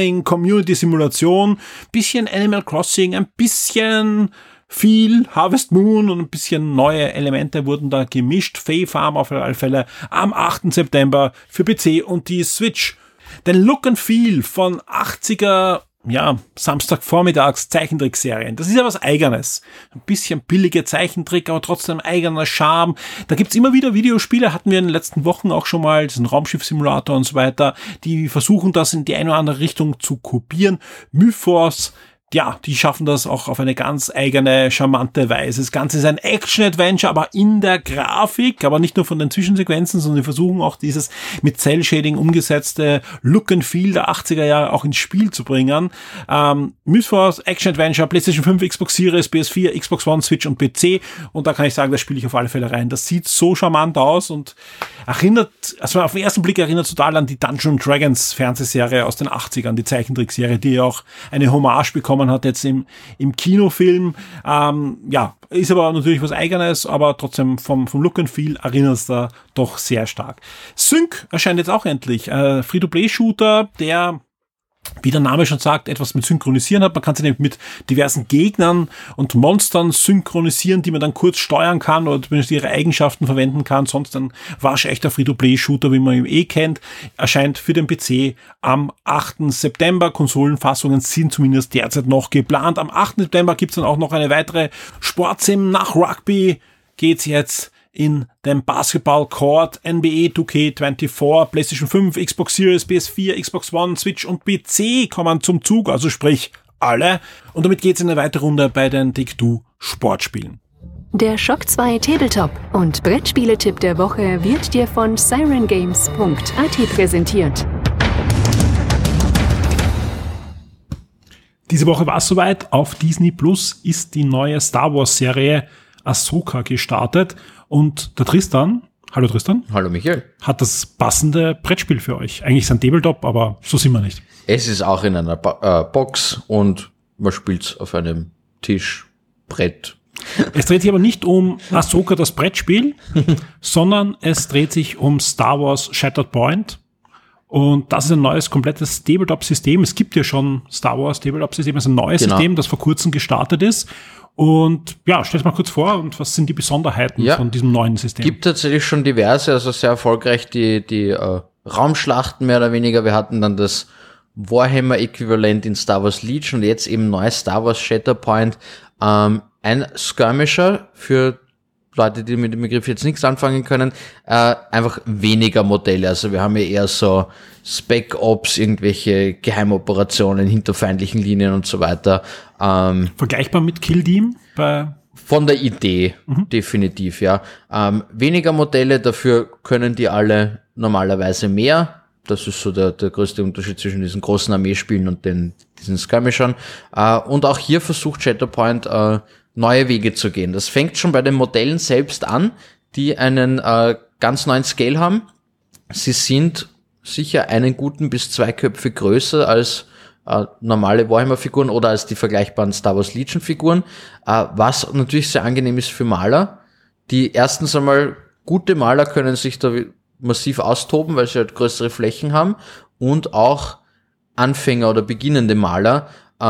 Farming-Community-Simulation, bisschen Animal Crossing, ein bisschen viel Harvest Moon und ein bisschen neue Elemente wurden da gemischt. Fae Farm auf alle Fälle am 8. September für PC und die Switch. Den Look and Feel von 80er Samstagvormittags Zeichentrickserien. Das ist ja was Eigenes. Ein bisschen billige Zeichentrick, aber trotzdem eigener Charme. Da gibt's immer wieder Videospiele, hatten wir in den letzten Wochen auch schon mal, diesen Raumschiff-Simulator und so weiter, die versuchen das in die eine oder andere Richtung zu kopieren. Mythos, ja, die schaffen das auch auf eine ganz eigene, charmante Weise. Das Ganze ist ein Action-Adventure, aber in der Grafik, aber nicht nur von den Zwischensequenzen, sondern die versuchen auch dieses mit Cell-Shading umgesetzte Look and Feel der 80er Jahre auch ins Spiel zu bringen. Mythos, Action-Adventure, PlayStation 5, Xbox Series, PS4, Xbox One, Switch und PC. Und da kann ich sagen, das spiele ich auf alle Fälle rein. Das sieht so charmant aus und erinnert, also auf den ersten Blick erinnert total an die Dungeons & Dragons Fernsehserie aus den 80ern, die Zeichentrickserie, die ja auch eine Hommage bekommen hat jetzt im Kinofilm. Ist aber natürlich was Eigenes, aber trotzdem vom Look and Feel erinnert es da doch sehr stark. Sync erscheint jetzt auch endlich. Free-to-Play-Shooter, der, wie der Name schon sagt, etwas mit Synchronisieren hat. Man kann sich nämlich mit diversen Gegnern und Monstern synchronisieren, die man dann kurz steuern kann oder zumindest ihre Eigenschaften verwenden kann. Sonst ein waschechter Free-to-Play-Shooter, wie man ihn kennt. Erscheint für den PC am 8. September. Konsolenfassungen sind zumindest derzeit noch geplant. Am 8. September gibt's dann auch noch eine weitere Sportsim. Nach Rugby geht's jetzt in dem Basketball-Court NBA 2K24, PlayStation 5, Xbox Series, PS4, Xbox One, Switch und PC kommen zum Zug, also sprich alle. Und damit geht's in eine weitere Runde bei den Take-Two Sportspielen. Der Shock 2 Tabletop und Brettspieletipp der Woche wird dir von sirengames.at präsentiert. Diese Woche war es soweit. Auf Disney Plus ist die neue Star Wars Serie Ahsoka gestartet und der Tristan, hallo Tristan. Hallo Michael. Hat das passende Brettspiel für euch. Eigentlich ist ein Tabletop, aber so sind wir nicht. Es ist auch in einer Box und man spielt's auf einem Tischbrett. Es dreht sich aber nicht um Ahsoka das Brettspiel, sondern es dreht sich um Star Wars Shattered Point. Und das ist ein neues, komplettes Tabletop-System. Es gibt ja schon Star Wars Tabletop-System, also ein neues System, das vor kurzem gestartet ist. Und ja, stell es mal kurz vor, und was sind die Besonderheiten von diesem neuen System? Gibt tatsächlich schon diverse, also sehr erfolgreich die Raumschlachten mehr oder weniger. Wir hatten dann das Warhammer-Äquivalent in Star Wars Legion und jetzt eben neues Star Wars Shatterpoint. Ein Skirmisher für Leute, die mit dem Begriff jetzt nichts anfangen können, einfach weniger Modelle. Also wir haben ja eher so Spec Ops, irgendwelche Geheimoperationen hinter feindlichen Linien und so weiter. Vergleichbar mit Kill Team von der Idee, definitiv, ja. Weniger Modelle, dafür können die alle normalerweise mehr. Das ist so der größte Unterschied zwischen diesen großen Armeespielen und diesen Skirmishern. Und auch hier versucht Shatterpoint, neue Wege zu gehen. Das fängt schon bei den Modellen selbst an, die einen ganz neuen Scale haben. Sie sind sicher einen guten bis 2 Köpfe größer als normale Warhammer-Figuren oder als die vergleichbaren Star Wars Legion-Figuren, was natürlich sehr angenehm ist für Maler. Die erstens einmal gute Maler können sich da massiv austoben, weil sie halt größere Flächen haben, und auch Anfänger oder beginnende Maler.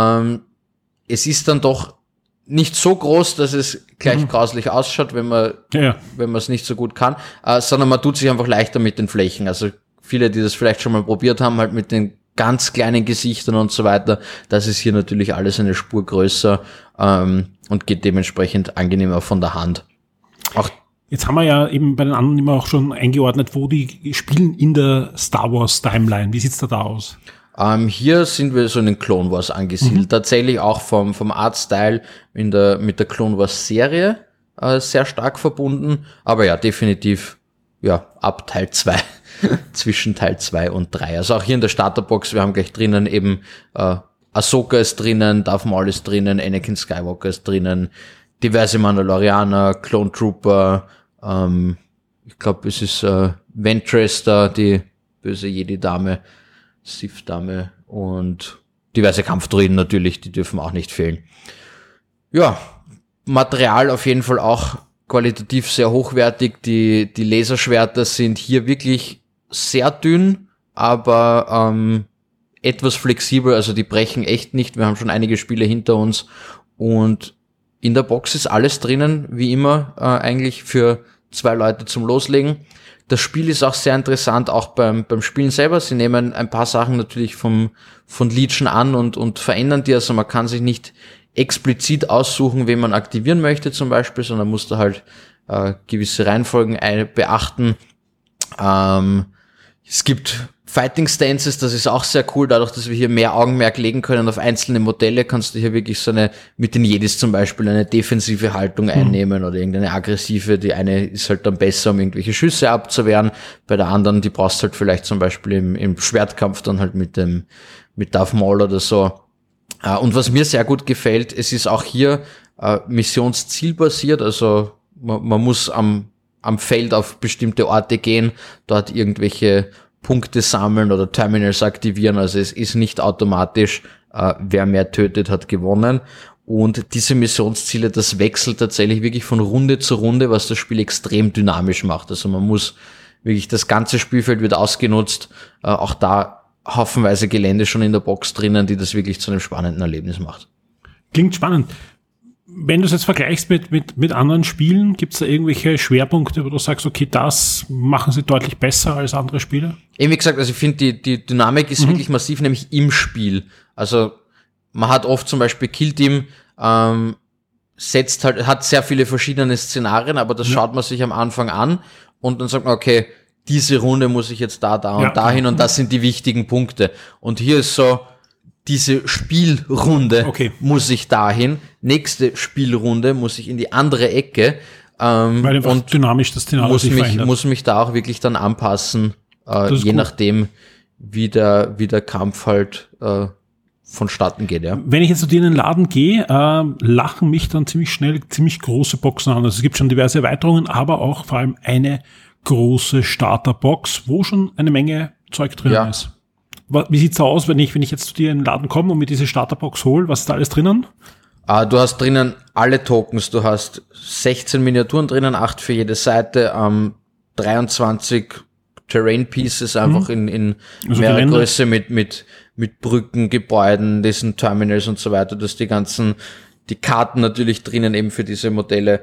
Es ist dann doch nicht so groß, dass es gleich grauslich ausschaut, wenn man es nicht so gut kann, sondern man tut sich einfach leichter mit den Flächen. Also viele, die das vielleicht schon mal probiert haben, halt mit den ganz kleinen Gesichtern und so weiter, das ist hier natürlich alles eine Spur größer und geht dementsprechend angenehmer von der Hand. Auch jetzt haben wir ja eben bei den anderen immer auch schon eingeordnet, wo die spielen in der Star Wars Timeline. Wie sieht's da aus? Hier sind wir so in den Clone Wars angesiedelt. Tatsächlich auch vom Artstyle mit der Clone Wars Serie sehr stark verbunden. Aber ja, definitiv ab Teil 2, zwischen Teil 2 und 3. Also auch hier in der Starterbox, wir haben gleich drinnen eben Ahsoka ist drinnen, Darth Maul ist drinnen, Anakin Skywalker ist drinnen, diverse Mandalorianer, Clone Trooper, ich glaube es ist Ventress da, die böse Jedi-Dame, Sith-Dame und diverse Kampfdroiden natürlich, die dürfen auch nicht fehlen. Ja, Material auf jeden Fall auch qualitativ sehr hochwertig. Die Laserschwerter sind hier wirklich sehr dünn, aber etwas flexibel, also die brechen echt nicht. Wir haben schon einige Spiele hinter uns und in der Box ist alles drinnen, wie immer, eigentlich für 2 Leute zum Loslegen. Das Spiel ist auch sehr interessant, auch beim Spielen selber. Sie nehmen ein paar Sachen natürlich von Legion an und verändern die. Also man kann sich nicht explizit aussuchen, wen man aktivieren möchte zum Beispiel, sondern muss da halt gewisse Reihenfolgen beachten. Es gibt Fighting Stances, das ist auch sehr cool, dadurch, dass wir hier mehr Augenmerk legen können auf einzelne Modelle, kannst du hier wirklich so mit den Jedis zum Beispiel eine defensive Haltung einnehmen oder irgendeine aggressive. Die eine ist halt dann besser, um irgendwelche Schüsse abzuwehren, bei der anderen, die brauchst du halt vielleicht zum Beispiel im Schwertkampf dann halt mit Darth Maul oder so. Und was mir sehr gut gefällt, es ist auch hier missionszielbasiert, also man muss am Feld auf bestimmte Orte gehen, dort irgendwelche Punkte sammeln oder Terminals aktivieren, also es ist nicht automatisch, wer mehr tötet, hat gewonnen. Und diese Missionsziele, das wechselt tatsächlich wirklich von Runde zu Runde, was das Spiel extrem dynamisch macht. Also man muss wirklich, das ganze Spielfeld wird ausgenutzt, auch da haufenweise Gelände schon in der Box drinnen, die das wirklich zu einem spannenden Erlebnis macht. Klingt spannend. Wenn du es jetzt vergleichst mit anderen Spielen, gibt es da irgendwelche Schwerpunkte, wo du sagst, okay, das machen sie deutlich besser als andere Spiele? Eben wie gesagt, also ich finde, die Dynamik ist wirklich massiv, nämlich im Spiel. Also man hat oft zum Beispiel Kill Team, hat sehr viele verschiedene Szenarien, aber das schaut man sich am Anfang an und dann sagt man, okay, diese Runde muss ich jetzt da und dahin und das sind die wichtigen Punkte. Und hier ist so, diese Spielrunde muss ich dahin, nächste Spielrunde muss ich in die andere Ecke, weil einfach und dynamisch das Szenario sich verändert. Muss mich da auch wirklich dann anpassen, je nachdem, wie der Kampf halt vonstatten geht. Ja. Wenn ich jetzt zu dir in den Laden gehe, lachen mich dann ziemlich schnell ziemlich große Boxen an. Also es gibt schon diverse Erweiterungen, aber auch vor allem eine große Starterbox, wo schon eine Menge Zeug drin ist. Wie sieht's da aus, wenn ich jetzt zu dir in den Laden komme und mir diese Starterbox hole? Was ist da alles drinnen? Du hast drinnen alle Tokens. Du hast 16 Miniaturen drinnen, 8 für jede Seite, 23 Terrain Pieces einfach in Also mehrer Gelände. Größe mit Brücken, Gebäuden, diesen Terminals und so weiter, dass die Karten natürlich drinnen eben für diese Modelle,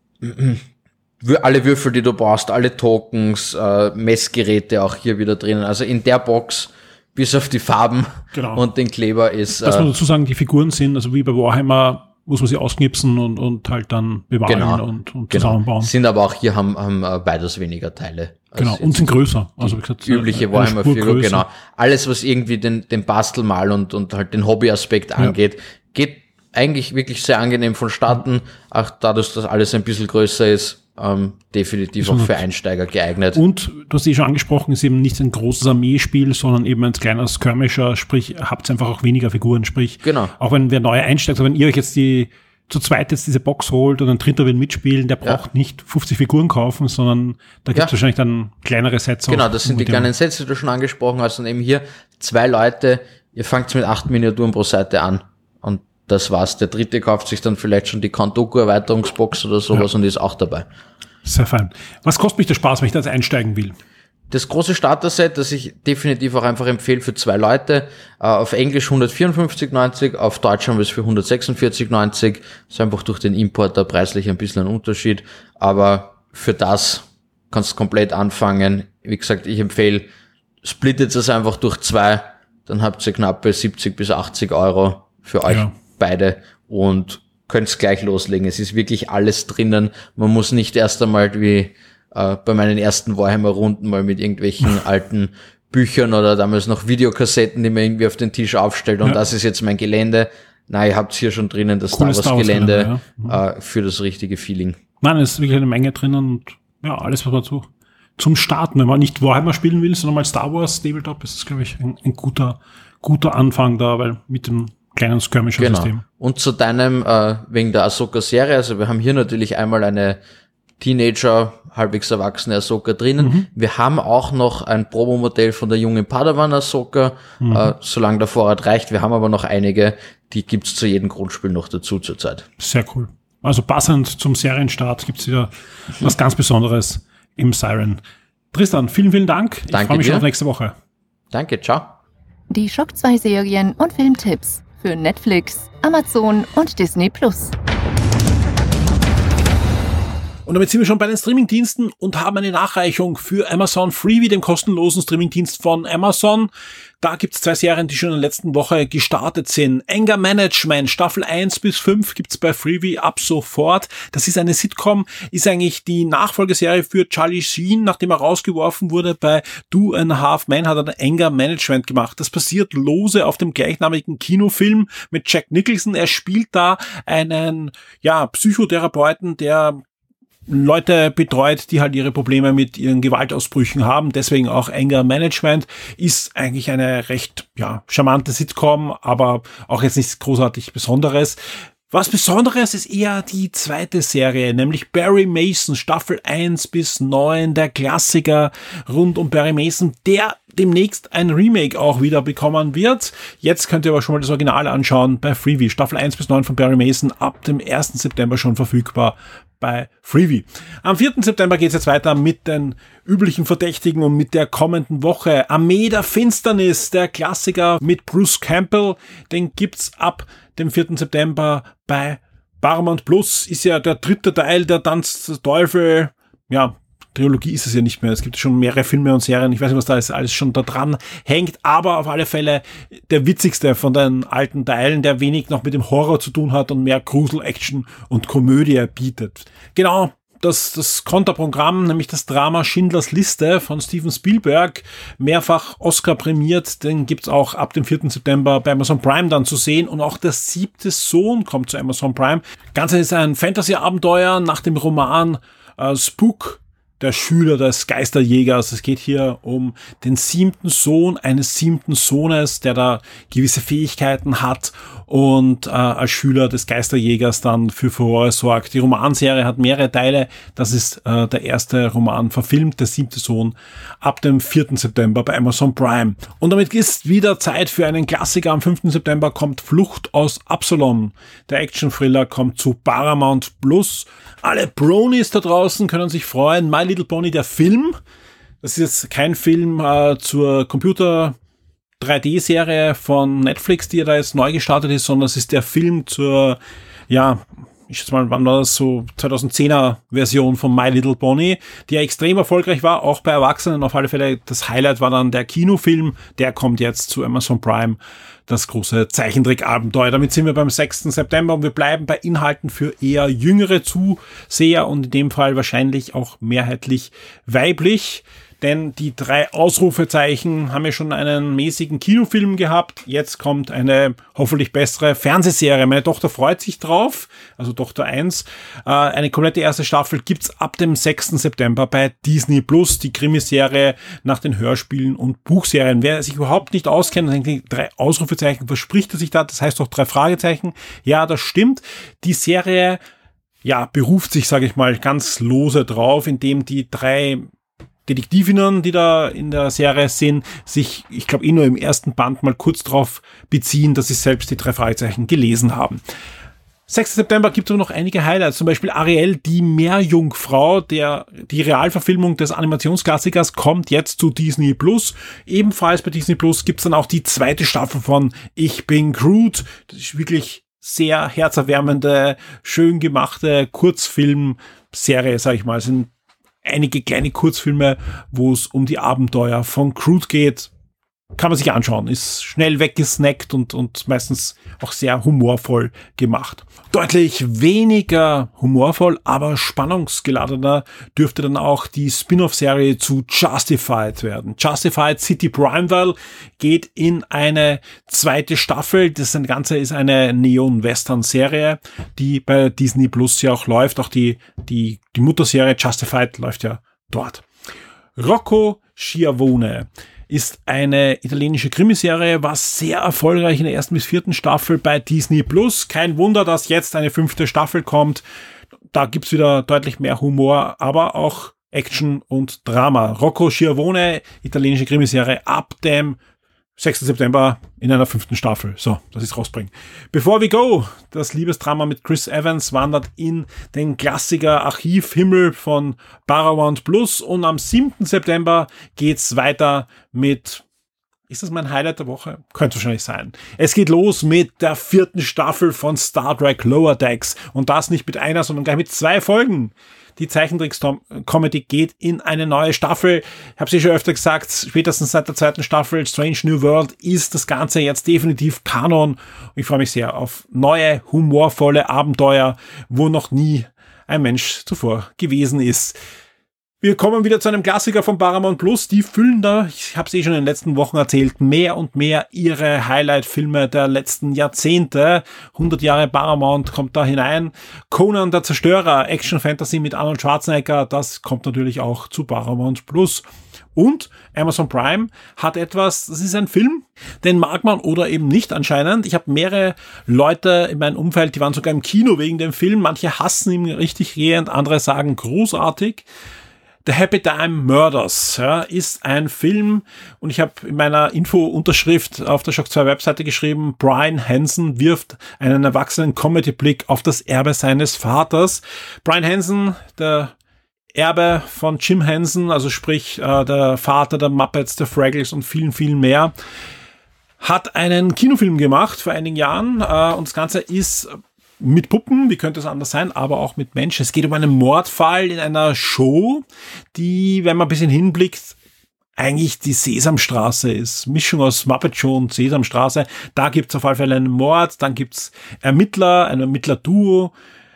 alle Würfel, die du brauchst, alle Tokens, Messgeräte auch hier wieder drinnen. Also in der Box, bis auf die Farben und den Kleber ist. Dass man dazu sagen, die Figuren sind, also wie bei Warhammer, muss man sie ausknipsen und halt dann bewahren und zusammenbauen. Sind aber auch hier haben weitaus weniger Teile. Genau, und sind größer. Also wie gesagt, übliche Warhammer-Figur, genau. Alles, was irgendwie den Bastelmal und halt den Hobbyaspekt angeht, geht eigentlich wirklich sehr angenehm vonstatten. Auch dadurch, dass alles ein bisschen größer ist, definitiv auch für Einsteiger geeignet. Und du hast schon angesprochen, ist eben nicht ein großes Armeespiel, sondern eben ein kleiner Skirmisher, sprich, habt einfach auch weniger Figuren, sprich, auch wenn wer neu einsteigt, also wenn ihr euch jetzt zu zweit jetzt diese Box holt und ein Dritter will mitspielen, der braucht nicht 50 Figuren kaufen, sondern da gibt es wahrscheinlich dann kleinere Sets. Genau, das sind die kleinen Sets, die du schon angesprochen hast, und eben hier 2 Leute, ihr fangt mit 8 Miniaturen pro Seite an und das war's. Der Dritte kauft sich dann vielleicht schon die Count Dooku Erweiterungsbox oder sowas und ist auch dabei. Sehr fein. Was kostet mich der Spaß, wenn ich da jetzt einsteigen will? Das große Starter-Set, das ich definitiv auch einfach empfehle für 2 Leute, auf Englisch 154,90, auf Deutsch haben wir es für 146,90. Ist einfach durch den Importer preislich ein bisschen ein Unterschied, aber für das kannst du komplett anfangen. Wie gesagt, ich empfehle, splittet es einfach durch 2, dann habt ihr knappe 70 bis 80 Euro für euch beide und könnt es gleich loslegen. Es ist wirklich alles drinnen. Man muss nicht erst einmal wie bei meinen ersten Warhammer-Runden mal mit irgendwelchen alten Büchern oder damals noch Videokassetten, die man irgendwie auf den Tisch aufstellt und das ist jetzt mein Gelände. Nein, ihr habt hier schon drinnen das Star Wars Gelände für das richtige Feeling. Nein, es ist wirklich eine Menge drinnen und ja, alles, was man zum Starten, wenn man nicht Warhammer spielen will, sondern mal Star Wars Tabletop, ist das, glaube ich, ein guter Anfang da, weil mit dem kleinen Skirmisher-System. Und zu deinem, wegen der Ahsoka-Serie, also wir haben hier natürlich einmal eine Teenager, halbwegs erwachsene Ahsoka drinnen. Wir haben auch noch ein Probomodell von der jungen Padawan Ahsoka, solange der Vorrat reicht. Wir haben aber noch einige, die gibt's zu jedem Grundspiel noch dazu zurzeit. Sehr cool. Also passend zum Serienstart gibt's wieder was ganz Besonderes im Siren. Tristan, vielen, vielen Dank. Ich freue mich schon auf nächste Woche. Danke, ciao. Die Shock 2 Serien und Filmtipps für Netflix, Amazon und Disney+. Und damit sind wir schon bei den Streamingdiensten und haben eine Nachreichung für Amazon Freevee, dem kostenlosen Streamingdienst von Amazon. Da gibt's 2 Serien, die schon in der letzten Woche gestartet sind. Anger Management, Staffel 1 bis 5 gibt's bei Freevee ab sofort. Das ist eine Sitcom, ist eigentlich die Nachfolgeserie für Charlie Sheen, nachdem er rausgeworfen wurde bei 2.5 Men, hat er Anger Management gemacht. Das basiert lose auf dem gleichnamigen Kinofilm mit Jack Nicholson. Er spielt da einen, Psychotherapeuten, der Leute betreut, die halt ihre Probleme mit ihren Gewaltausbrüchen haben. Deswegen auch Anger Management ist eigentlich eine recht, charmante Sitcom, aber auch jetzt nichts großartig Besonderes. Was Besonderes ist eher die zweite Serie, nämlich Barry Mason, Staffel 1 bis 9, der Klassiker rund um Barry Mason, der demnächst ein Remake auch wieder bekommen wird. Jetzt könnt ihr aber schon mal das Original anschauen bei Freevee. Staffel 1 bis 9 von Barry Mason ab dem 1. September schon verfügbar bei Freevee. Am 4. September geht es jetzt weiter mit den üblichen Verdächtigen und mit der kommenden Woche. Armee der Finsternis, der Klassiker mit Bruce Campbell, den gibt's ab dem 4. September bei Paramount Plus. Ist ja der 3. Teil der Tanz des Teufel. Trilogie ist es ja nicht mehr. Es gibt schon mehrere Filme und Serien. Ich weiß nicht, was da alles schon da dran hängt, aber auf alle Fälle der witzigste von den alten Teilen, der wenig noch mit dem Horror zu tun hat und mehr Grusel, Action und Komödie bietet. Genau. Das Konterprogramm, nämlich das Drama Schindlers Liste von Steven Spielberg, mehrfach Oscar prämiert, den gibt's auch ab dem 4. September bei Amazon Prime dann zu sehen und auch der 7. Sohn kommt zu Amazon Prime. Ganze ist ein Fantasy-Abenteuer nach dem Roman Spook, der Schüler des Geisterjägers. Es geht hier um den 7. Sohn eines 7. Sohnes, der da gewisse Fähigkeiten hat und als Schüler des Geisterjägers dann für Furore sorgt. Die Romanserie hat mehrere Teile. Das ist der erste Roman verfilmt, der 7. Sohn, ab dem 4. September bei Amazon Prime. Und damit ist wieder Zeit für einen Klassiker. Am 5. September kommt Flucht aus Absalom. Der Action-Thriller kommt zu Paramount Plus. Alle Bronies da draußen können sich freuen. My Little Pony, der Film, Das ist jetzt kein Film zur Computer 3D-Serie von Netflix, die ja da jetzt neu gestartet ist, sondern es ist der Film zur, ich schätze mal, wann war das, so 2010er Version von My Little Pony, die ja extrem erfolgreich war, auch bei Erwachsenen. Auf alle Fälle, das Highlight war dann der Kinofilm, der kommt jetzt zu Amazon Prime, das große Zeichentrick-Abenteuer. Damit sind wir beim 6. September und wir bleiben bei Inhalten für eher jüngere Zuseher und in dem Fall wahrscheinlich auch mehrheitlich weiblich. Denn die 3 Ausrufezeichen haben ja schon einen mäßigen Kinofilm gehabt. Jetzt kommt eine hoffentlich bessere Fernsehserie. Meine Tochter freut sich drauf, also Tochter 1. Eine komplette erste Staffel gibt's ab dem 6. September bei Disney Plus. Die Krimiserie nach den Hörspielen und Buchserien. Wer sich überhaupt nicht auskennt, denkt, 3 Ausrufezeichen, was spricht er sich da? Das heißt doch 3 Fragezeichen. Ja, das stimmt. Die Serie, beruft sich, sage ich mal, ganz lose drauf, indem die 3 Detektivinnen, die da in der Serie sind, sich, ich glaube, nur im ersten Band mal kurz drauf beziehen, dass sie selbst die 3 Fragezeichen gelesen haben. 6. September gibt es aber noch einige Highlights, zum Beispiel Ariel, die Meerjungfrau, die Realverfilmung des Animationsklassikers kommt jetzt zu Disney Plus. Ebenfalls bei Disney Plus gibt es dann auch die 2. Staffel von Ich bin Groot. Das ist wirklich sehr herzerwärmende, schön gemachte Kurzfilmserie, sag ich mal. Es sind einige kleine Kurzfilme, wo es um die Abenteuer von Groot geht. Kann man sich anschauen. Ist schnell weggesnackt und meistens auch sehr humorvoll gemacht. Deutlich weniger humorvoll, aber spannungsgeladener dürfte dann auch die Spin-off-Serie zu Justified werden. Justified City Brimeville geht in eine 2. Staffel. Das Ganze ist eine Neon-Western-Serie, die bei Disney Plus ja auch läuft. Auch die Mutterserie Justified läuft ja dort. Rocco Schiavone ist eine italienische Krimiserie, war sehr erfolgreich in der 1. bis 4. Staffel bei Disney Plus. Kein Wunder, dass jetzt eine 5. Staffel kommt. Da gibt's wieder deutlich mehr Humor, aber auch Action und Drama. Rocco Schiavone, italienische Krimiserie, ab dem 6. September in einer 5. Staffel. So, das ist rausbringen. Before We Go, das Liebesdrama mit Chris Evans wandert in den Klassiker Archivhimmel von Paramount Plus und am 7. September geht's weiter mit, ist das mein Highlight der Woche? Könnte wahrscheinlich sein. Es geht los mit der 4. Staffel von Star Trek Lower Decks und das nicht mit einer, sondern gleich mit 2 Folgen. Die Zeichentricks-Comedy geht in eine neue Staffel. Ich habe es schon öfter gesagt, spätestens seit der 2. Staffel Strange New World ist das Ganze jetzt definitiv Kanon. Ich freue mich sehr auf neue, humorvolle Abenteuer, wo noch nie ein Mensch zuvor gewesen ist. Wir kommen wieder zu einem Klassiker von Paramount Plus. Die füllen da, ich habe es schon in den letzten Wochen erzählt, mehr und mehr ihre Highlight-Filme der letzten Jahrzehnte. 100 Jahre Paramount kommt da hinein. Conan der Zerstörer, Action-Fantasy mit Arnold Schwarzenegger, das kommt natürlich auch zu Paramount Plus. Und Amazon Prime hat etwas, das ist ein Film, den mag man oder eben nicht anscheinend. Ich habe mehrere Leute in meinem Umfeld, die waren sogar im Kino wegen dem Film. Manche hassen ihn richtig gehend, andere sagen großartig. The Happy Time Murders ist ein Film und ich habe in meiner Info-Unterschrift auf der Shock 2 Webseite geschrieben, Brian Henson wirft einen erwachsenen Comedy-Blick auf das Erbe seines Vaters. Brian Henson, der Erbe von Jim Henson, also sprich der Vater der Muppets, der Fraggles und vielen, vielen mehr, hat einen Kinofilm gemacht vor einigen Jahren und das Ganze ist mit Puppen, wie könnte es anders sein, aber auch mit Menschen. Es geht um einen Mordfall in einer Show, die, wenn man ein bisschen hinblickt, eigentlich die Sesamstraße ist. Mischung aus Muppet Show und Sesamstraße. Da gibt's auf alle Fälle einen Mord, dann gibt's Ermittler, ein Ermittlerduo.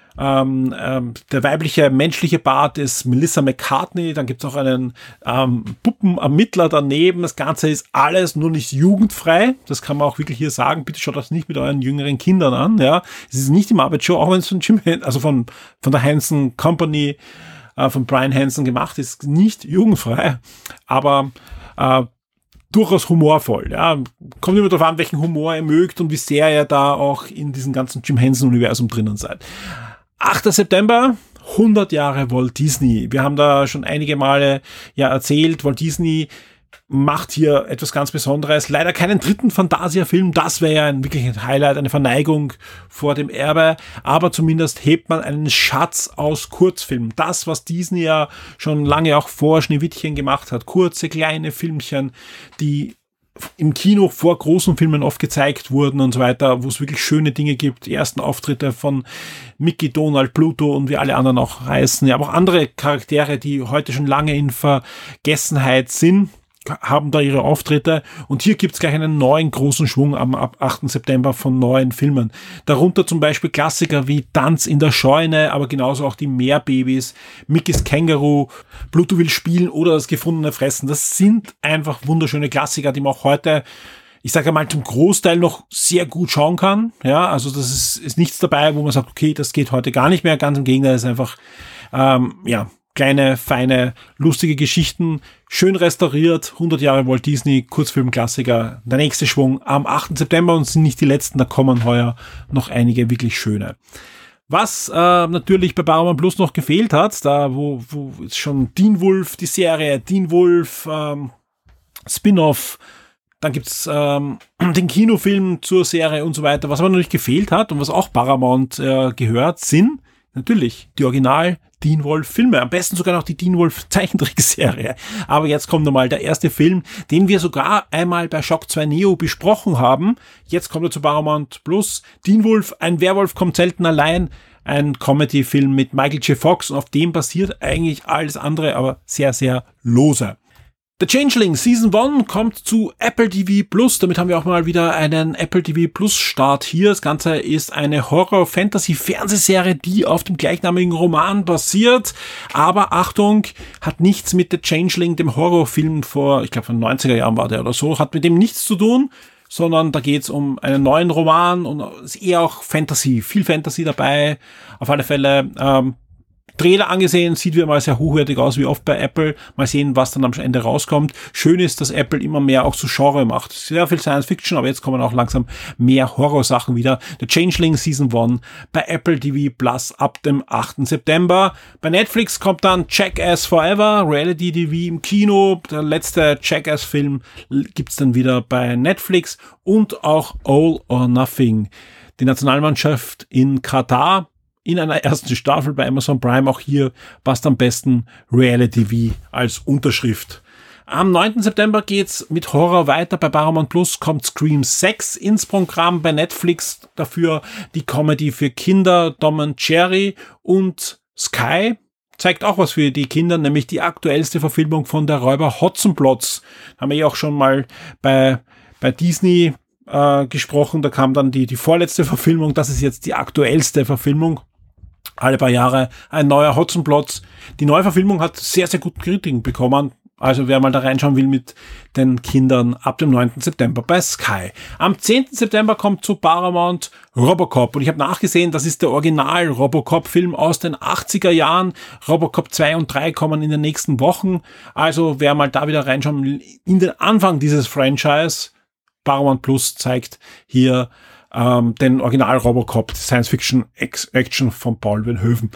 Der weibliche menschliche Part ist Melissa McCartney, dann gibt's auch einen Puppenermittler daneben. Das Ganze ist alles nur nicht jugendfrei. Das kann man auch wirklich hier sagen. Bitte schaut das nicht mit euren jüngeren Kindern an. Ja, es ist nicht die Muppet Show, auch wenn es von Jim, also von der Henson Company, von Brian Henson gemacht ist, nicht jugendfrei, aber durchaus humorvoll. Ja, kommt immer darauf an, welchen Humor ihr mögt und wie sehr ihr da auch in diesem ganzen Jim Henson Universum drinnen seid. 8. September, 100 Jahre Walt Disney. Wir haben da schon einige Male ja erzählt, Walt Disney macht hier etwas ganz Besonderes. Leider keinen dritten Fantasia-Film, das wäre ja wirklich ein Highlight, eine Verneigung vor dem Erbe, aber zumindest hebt man einen Schatz aus Kurzfilmen. Das, was Disney ja schon lange auch vor Schneewittchen gemacht hat. Kurze, kleine Filmchen, die im Kino vor großen Filmen oft gezeigt wurden und so weiter, wo es wirklich schöne Dinge gibt. Die ersten Auftritte von Mickey, Donald, Pluto und wie alle anderen auch heißen. Ja, aber auch andere Charaktere, die heute schon lange in Vergessenheit sind, haben da ihre Auftritte und hier gibt's gleich einen neuen großen Schwung ab 8. September von neuen Filmen. Darunter zum Beispiel Klassiker wie Tanz in der Scheune, aber genauso auch die Meerbabys, Mickeys Känguru, Pluto will spielen oder das gefundene Fressen. Das sind einfach wunderschöne Klassiker, die man auch heute, ich sage mal, zum Großteil noch sehr gut schauen kann. Ja, also das ist nichts dabei, wo man sagt, okay, das geht heute gar nicht mehr. Ganz im Gegenteil, es ist einfach, kleine, feine, lustige Geschichten, schön restauriert, 100 Jahre Walt Disney, Kurzfilmklassiker, der nächste Schwung am 8. September und sind nicht die letzten, da kommen heuer noch einige wirklich schöne. Was natürlich bei Paramount Plus noch gefehlt hat, da wo jetzt schon Teen Wolf, die Serie, Teen Wolf, Spin-off, dann gibt's den Kinofilm zur Serie und so weiter. Was aber natürlich gefehlt hat und was auch Paramount gehört, sind natürlich die Original Teen Wolf Filme, am besten sogar noch die Teen Wolf Zeichentrickserie. Aber jetzt kommt nochmal der erste Film, den wir sogar einmal bei Shock 2 Neo besprochen haben. Jetzt kommt er zu Paramount Plus. Teen Wolf, ein Werwolf kommt selten allein. Ein Comedy-Film mit Michael J. Fox und auf dem basiert eigentlich alles andere, aber sehr, sehr lose. The Changeling Season 1 kommt zu Apple TV Plus. Damit haben wir auch mal wieder einen Apple TV Plus Start hier. Das Ganze ist eine Horror-Fantasy-Fernsehserie, die auf dem gleichnamigen Roman basiert. Aber Achtung, hat nichts mit The Changeling, dem Horrorfilm von 90er Jahren war der oder so, hat mit dem nichts zu tun, sondern da geht's um einen neuen Roman und es ist eher auch Fantasy, viel Fantasy dabei. Auf alle Fälle, Trailer angesehen, sieht wieder mal sehr hochwertig aus, wie oft bei Apple. Mal sehen, was dann am Ende rauskommt. Schön ist, dass Apple immer mehr auch zu Genre macht. Sehr viel Science Fiction, aber jetzt kommen auch langsam mehr Horrorsachen wieder. The Changeling Season 1 bei Apple TV Plus ab dem 8. September. Bei Netflix kommt dann Jackass Forever, Reality TV im Kino. Der letzte Jackass-Film gibt's dann wieder bei Netflix und auch All or Nothing. Die Nationalmannschaft in Katar in einer ersten Staffel bei Amazon Prime. Auch hier passt am besten Reality TV als Unterschrift. Am 9. September geht's mit Horror weiter. Bei Paramount Plus kommt Scream 6 ins Programm. Bei Netflix dafür die Comedy für Kinder Tom and Jerry und Sky zeigt auch was für die Kinder, nämlich die aktuellste Verfilmung von der Räuber Hotzenplotz. Haben wir ja auch schon mal bei Disney gesprochen. Da kam dann die vorletzte Verfilmung. Das ist jetzt die aktuellste Verfilmung. Alle paar Jahre ein neuer Hotzenplotz. Die neue Verfilmung hat sehr, sehr gute Kritiken bekommen. Also wer mal da reinschauen will mit den Kindern ab dem 9. September bei Sky. Am 10. September kommt zu Paramount Robocop. Und ich habe nachgesehen, das ist der Original Robocop-Film aus den 80er Jahren. Robocop 2 und 3 kommen in den nächsten Wochen. Also wer mal da wieder reinschauen will in den Anfang dieses Franchise, Paramount Plus zeigt hier den Original Robocop, Science-Fiction-Action von Paul Verhoeven.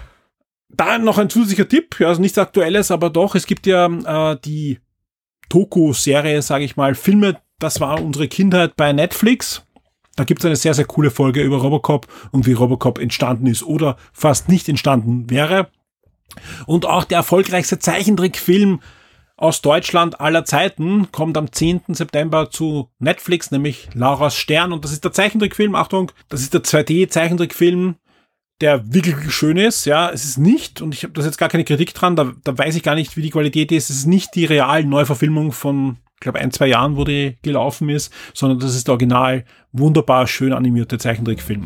Da noch ein zusätzlicher Tipp, ja, also nichts Aktuelles, aber doch, es gibt ja die Doku-Serie, sage ich mal, Filme, das war unsere Kindheit bei Netflix. Da gibt es eine sehr, sehr coole Folge über Robocop und wie Robocop entstanden ist oder fast nicht entstanden wäre. Und auch der erfolgreichste Zeichentrickfilm aus Deutschland aller Zeiten kommt am 10. September zu Netflix, nämlich Laura's Stern. Und das ist der Zeichentrickfilm, Achtung, das ist der 2D-Zeichentrickfilm, der wirklich schön ist. Ja, es ist nicht, und ich habe das jetzt gar keine Kritik dran, da weiß ich gar nicht, wie die Qualität ist. Es ist nicht die realen Neuverfilmung von, ich glaube, 1-2 Jahren, wo die gelaufen ist, sondern das ist der original wunderbar schön animierte Zeichentrickfilm.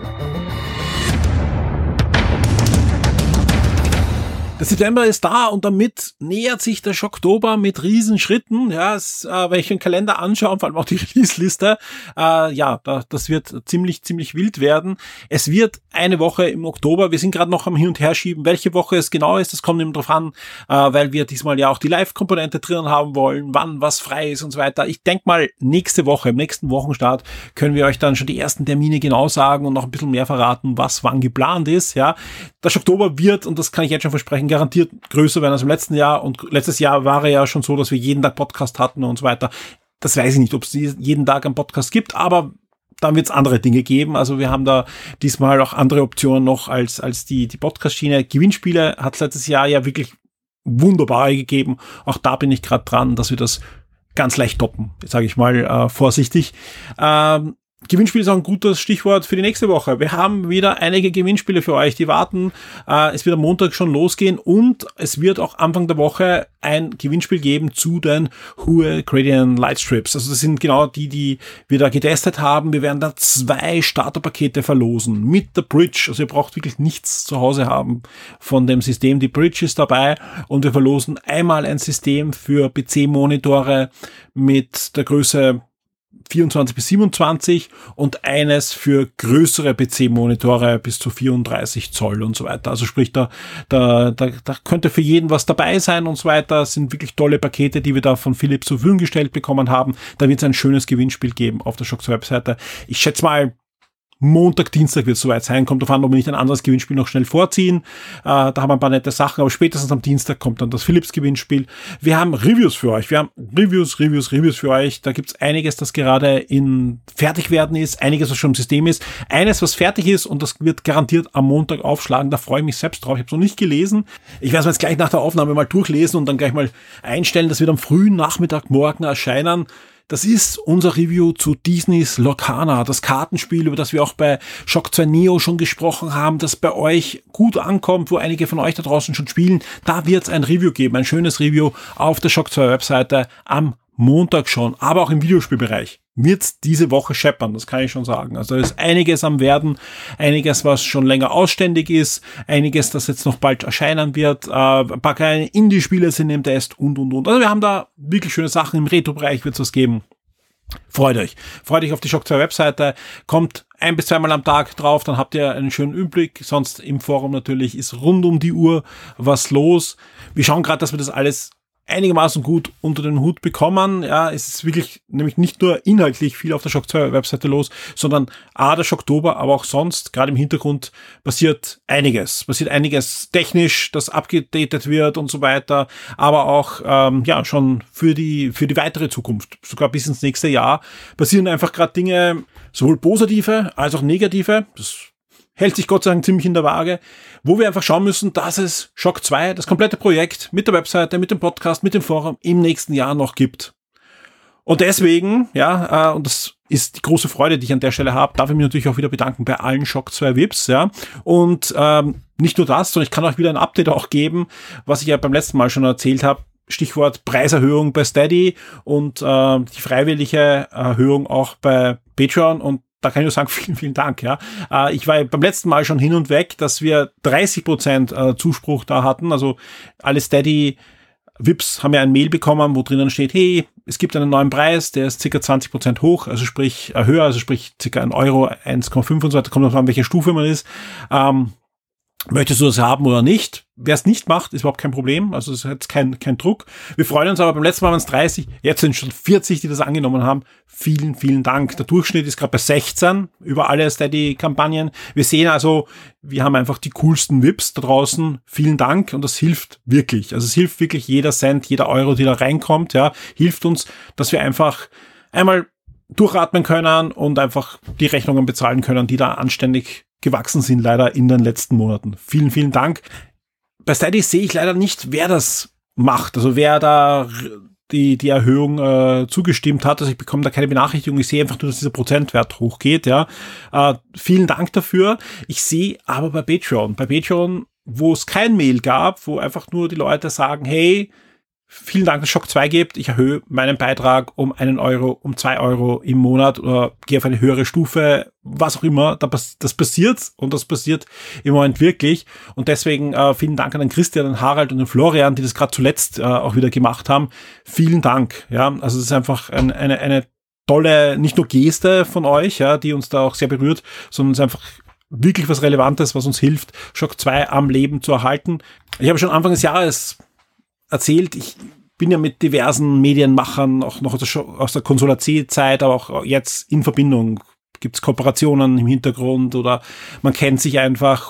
Der September ist da und damit nähert sich der Schocktober mit Riesenschritten. Ja, wenn ich den Kalender anschaue, vor allem auch die Release-Liste, das wird ziemlich wild werden. Es wird eine Woche im Oktober, wir sind gerade noch am Hin- und Herschieben, welche Woche es genau ist, das kommt eben drauf an, weil wir diesmal ja auch die Live-Komponente drin haben wollen, wann was frei ist und so weiter. Ich denke mal, nächste Woche, im nächsten Wochenstart, können wir euch dann schon die ersten Termine genau sagen und noch ein bisschen mehr verraten, was wann geplant ist. Ja, der Schocktober wird, und das kann ich jetzt schon versprechen, garantiert größer werden als im letzten Jahr. Und letztes Jahr war ja schon so, dass wir jeden Tag Podcast hatten und so weiter. Das weiß ich nicht, ob es jeden Tag einen Podcast gibt, aber dann wird es andere Dinge geben. Also wir haben da diesmal auch andere Optionen noch als die Podcast-Schiene. Gewinnspiele hat es letztes Jahr ja wirklich wunderbare gegeben. Auch da bin ich gerade dran, dass wir das ganz leicht toppen, sage ich mal vorsichtig. Gewinnspiel ist auch ein gutes Stichwort für die nächste Woche. Wir haben wieder einige Gewinnspiele für euch, die warten. Es wird am Montag schon losgehen und es wird auch Anfang der Woche ein Gewinnspiel geben zu den Hue Gradient Lightstrips. Also das sind genau die wir da getestet haben. Wir werden da 2 Starterpakete verlosen mit der Bridge. Also ihr braucht wirklich nichts zu Hause haben von dem System. Die Bridge ist dabei und wir verlosen einmal ein System für PC-Monitore mit der Größe 24 bis 27 und eines für größere PC-Monitore bis zu 34 Zoll und so weiter. Also sprich, da könnte für jeden was dabei sein und so weiter. Das sind wirklich tolle Pakete, die wir da von Philips zur Verfügung gestellt bekommen haben. Da wird es ein schönes Gewinnspiel geben auf der Shock 2 Webseite. Ich schätze mal, Montag, Dienstag wird es soweit sein. Kommt davon, ob wir nicht ein anderes Gewinnspiel noch schnell vorziehen. Da haben wir ein paar nette Sachen, aber spätestens am Dienstag kommt dann das Philips-Gewinnspiel. Wir haben Reviews für euch. Wir haben Reviews für euch. Da gibt's einiges, das gerade in Fertigwerden ist, einiges, was schon im System ist. Eines, was fertig ist und das wird garantiert am Montag aufschlagen. Da freue ich mich selbst drauf. Ich habe es noch nicht gelesen. Ich werde es mir jetzt gleich nach der Aufnahme mal durchlesen und dann gleich mal einstellen. Das wird am frühen Nachmittag morgen erscheinen. Das ist unser Review zu Disneys Lorcana, das Kartenspiel, über das wir auch bei Shock 2 Neo schon gesprochen haben, das bei euch gut ankommt, wo einige von euch da draußen schon spielen. Da wird es ein Review geben, ein schönes Review auf der Shock 2 Webseite am Montag schon, aber auch im Videospielbereich wird's diese Woche scheppern, das kann ich schon sagen. Also da ist einiges am Werden, einiges, was schon länger ausständig ist, einiges, das jetzt noch bald erscheinen wird, ein paar kleine Indie-Spiele sind im Test und. Also wir haben da wirklich schöne Sachen, im Retro-Bereich wird's was geben. Freut euch auf die Shock 2 Webseite, kommt 1 bis 2 Mal am Tag drauf, dann habt ihr einen schönen Überblick, sonst im Forum natürlich ist rund um die Uhr was los. Wir schauen gerade, dass wir das alles einigermaßen gut unter den Hut bekommen. Ja, es ist wirklich nämlich nicht nur inhaltlich viel auf der Shock 2 Webseite los, sondern der Shocktober, aber auch sonst, gerade im Hintergrund, passiert einiges technisch, das abgedatet wird und so weiter, aber auch schon für die weitere Zukunft, sogar bis ins nächste Jahr, passieren einfach gerade Dinge, sowohl positive als auch negative. Das hält sich Gott sei Dank ziemlich in der Waage, wo wir einfach schauen müssen, dass es Shock 2, das komplette Projekt mit der Webseite, mit dem Podcast, mit dem Forum im nächsten Jahr noch gibt. Und deswegen, und das ist die große Freude, die ich an der Stelle habe, darf ich mich natürlich auch wieder bedanken bei allen Shock 2 VIPs, ja. Und nicht nur das, sondern ich kann euch wieder ein Update auch geben, was ich ja beim letzten Mal schon erzählt habe. Stichwort Preiserhöhung bei Steady und die freiwillige Erhöhung auch bei Patreon, und da kann ich nur sagen, vielen, vielen Dank. Ja, ich war beim letzten Mal schon hin und weg, dass wir 30% Zuspruch da hatten. Also alle Steady-VIPs haben ja ein Mail bekommen, wo drinnen steht, hey, es gibt einen neuen Preis, der ist ca. 20% hoch, also sprich höher, also sprich ca. 1 Euro, 1,5 und so weiter, kommt drauf an, welche Stufe man ist. Möchtest du das haben oder nicht? Wer es nicht macht, ist überhaupt kein Problem. Also es ist jetzt kein Druck. Wir freuen uns aber, beim letzten Mal waren es 30, jetzt sind schon 40, die das angenommen haben. Vielen, vielen Dank. Der Durchschnitt ist gerade bei 16 über alle Steady-Kampagnen. Wir sehen also, wir haben einfach die coolsten VIPs da draußen. Vielen Dank, und das hilft wirklich. Also es hilft wirklich, jeder Cent, jeder Euro, die da reinkommt, ja, hilft uns, dass wir einfach einmal durchatmen können und einfach die Rechnungen bezahlen können, die da anständig gewachsen sind, leider in den letzten Monaten. Vielen, vielen Dank. Bei Steady sehe ich leider nicht, wer das macht, also wer da die Erhöhung zugestimmt hat. Also ich bekomme da keine Benachrichtigung, ich sehe einfach nur, dass dieser Prozentwert hochgeht. Ja, vielen Dank dafür. Ich sehe aber bei Patreon, wo es kein Mail gab, wo einfach nur die Leute sagen, hey, vielen Dank, dass Shock 2 gibt. Ich erhöhe meinen Beitrag um 1 Euro, um 2 Euro im Monat oder gehe auf eine höhere Stufe, was auch immer. Das passiert, und das passiert im Moment wirklich. Und deswegen vielen Dank an den Christian, den Harald und den Florian, die das gerade zuletzt auch wieder gemacht haben. Vielen Dank. Ja, also es ist einfach eine tolle, nicht nur Geste von euch, ja, die uns da auch sehr berührt, sondern es ist einfach wirklich was Relevantes, was uns hilft, Shock 2 am Leben zu erhalten. Ich habe schon Anfang des Jahres erzählt, ich bin ja mit diversen Medienmachern, auch noch aus der Consola C-Zeit, aber auch jetzt in Verbindung. Gibt es Kooperationen im Hintergrund oder man kennt sich einfach, und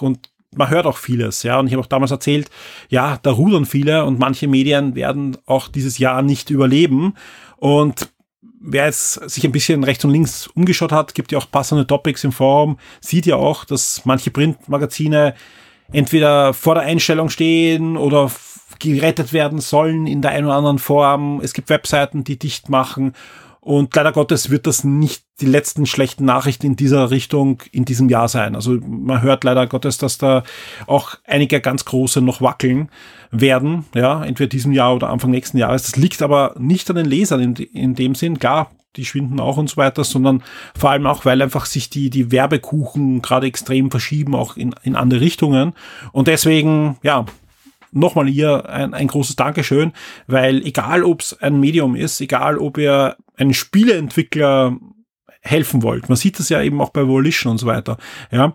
man hört auch vieles, ja. Und ich habe auch damals erzählt, ja, da rudern viele und manche Medien werden auch dieses Jahr nicht überleben. Und wer jetzt sich ein bisschen rechts und links umgeschaut hat, gibt ja auch passende Topics im Forum, sieht ja auch, dass manche Printmagazine entweder vor der Einstellung stehen oder gerettet werden sollen in der einen oder anderen Form. Es gibt Webseiten, die dicht machen. Und leider Gottes wird das nicht die letzten schlechten Nachrichten in dieser Richtung in diesem Jahr sein. Also man hört leider Gottes, dass da auch einige ganz große noch wackeln werden, ja, entweder diesem Jahr oder Anfang nächsten Jahres. Das liegt aber nicht an den Lesern in dem Sinn, klar, die schwinden auch und so weiter, sondern vor allem auch, weil einfach sich die Werbekuchen gerade extrem verschieben, auch in andere Richtungen. Und deswegen, ja, nochmal hier ein großes Dankeschön, weil egal ob es ein Medium ist, egal ob ihr einen Spieleentwickler helfen wollt, man sieht das ja eben auch bei Volition und so weiter, ja,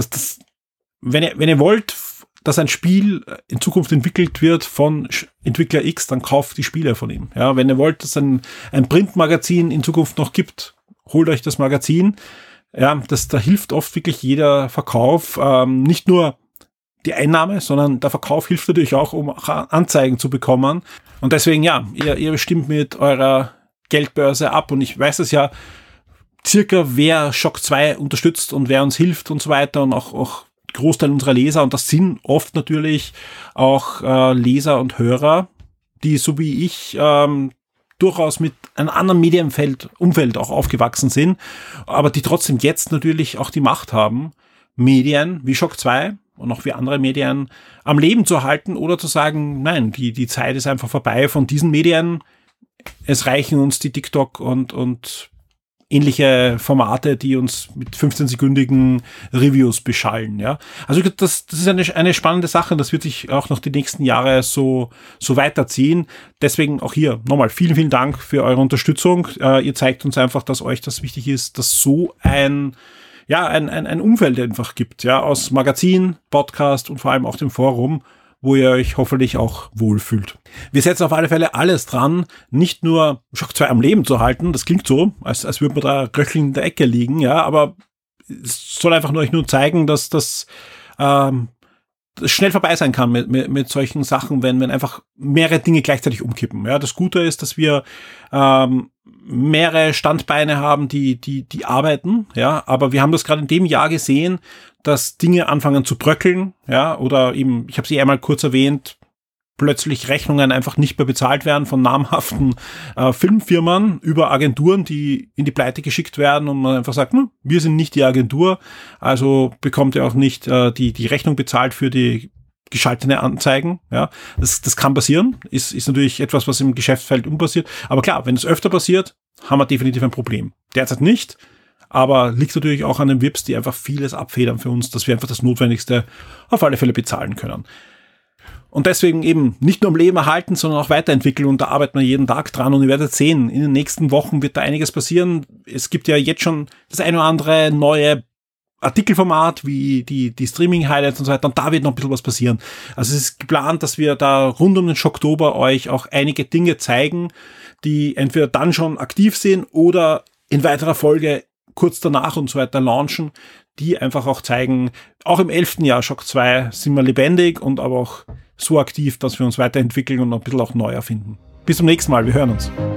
wenn ihr wollt, dass ein Spiel in Zukunft entwickelt wird von Entwickler X, dann kauft die Spiele von ihm, ja, wenn ihr wollt, dass ein Printmagazin in Zukunft noch gibt, holt euch das Magazin, ja, da hilft oft wirklich jeder Verkauf, nicht nur die Einnahme, sondern der Verkauf hilft natürlich auch, um Anzeigen zu bekommen. Und deswegen, ja, ihr stimmt mit eurer Geldbörse ab. Und ich weiß es ja circa, wer Shock 2 unterstützt und wer uns hilft und so weiter. Und auch Großteil unserer Leser. Und das sind oft natürlich auch Leser und Hörer, die so wie ich durchaus mit einem anderen Medienumfeld auch aufgewachsen sind. Aber die trotzdem jetzt natürlich auch die Macht haben, Medien wie Shock 2 und auch wie andere Medien am Leben zu halten oder zu sagen, nein, die Zeit ist einfach vorbei von diesen Medien. Es reichen uns die TikTok und ähnliche Formate, die uns mit 15-sekündigen Reviews beschallen, ja. Also das ist eine spannende Sache, das wird sich auch noch die nächsten Jahre so weiterziehen. Deswegen auch hier nochmal vielen, vielen Dank für eure Unterstützung. Ihr zeigt uns einfach, dass euch das wichtig ist, dass so ein Umfeld einfach gibt, ja, aus Magazin, Podcast und vor allem auch dem Forum, wo ihr euch hoffentlich auch wohlfühlt. Wir setzen auf alle Fälle alles dran, nicht nur Shock 2 am Leben zu halten, das klingt so, als würde man da röchelnd in der Ecke liegen, ja, aber es soll einfach euch nur zeigen, dass das schnell vorbei sein kann mit solchen Sachen, wenn einfach mehrere Dinge gleichzeitig umkippen. Ja, das Gute ist, dass wir mehrere Standbeine haben, die arbeiten, ja, aber wir haben das gerade in dem Jahr gesehen, dass Dinge anfangen zu bröckeln, ja, oder eben, ich habe sie einmal kurz erwähnt, plötzlich Rechnungen einfach nicht mehr bezahlt werden von namhaften Filmfirmen über Agenturen, die in die Pleite geschickt werden und man einfach sagt, wir sind nicht die Agentur, also bekommt ihr auch nicht die Rechnung bezahlt für die geschaltete Anzeigen, ja, das kann passieren, ist natürlich etwas, was im Geschäftsfeld unpassiert, aber klar, wenn es öfter passiert, haben wir definitiv ein Problem. Derzeit nicht, aber liegt natürlich auch an den VIPs, die einfach vieles abfedern für uns, dass wir einfach das Notwendigste auf alle Fälle bezahlen können. Und deswegen eben nicht nur am Leben erhalten, sondern auch weiterentwickeln. Und da arbeiten wir jeden Tag dran. Und ihr werdet sehen, in den nächsten Wochen wird da einiges passieren. Es gibt ja jetzt schon das eine oder andere neue Artikelformat, wie die Streaming-Highlights und so weiter. Und da wird noch ein bisschen was passieren. Also es ist geplant, dass wir da rund um den Shocktober euch auch einige Dinge zeigen, die entweder dann schon aktiv sind oder in weiterer Folge kurz danach und so weiter launchen, die einfach auch zeigen, auch im 11. Jahr Shock 2 sind wir lebendig und aber auch so aktiv, dass wir uns weiterentwickeln und ein bisschen auch neu erfinden. Bis zum nächsten Mal, wir hören uns.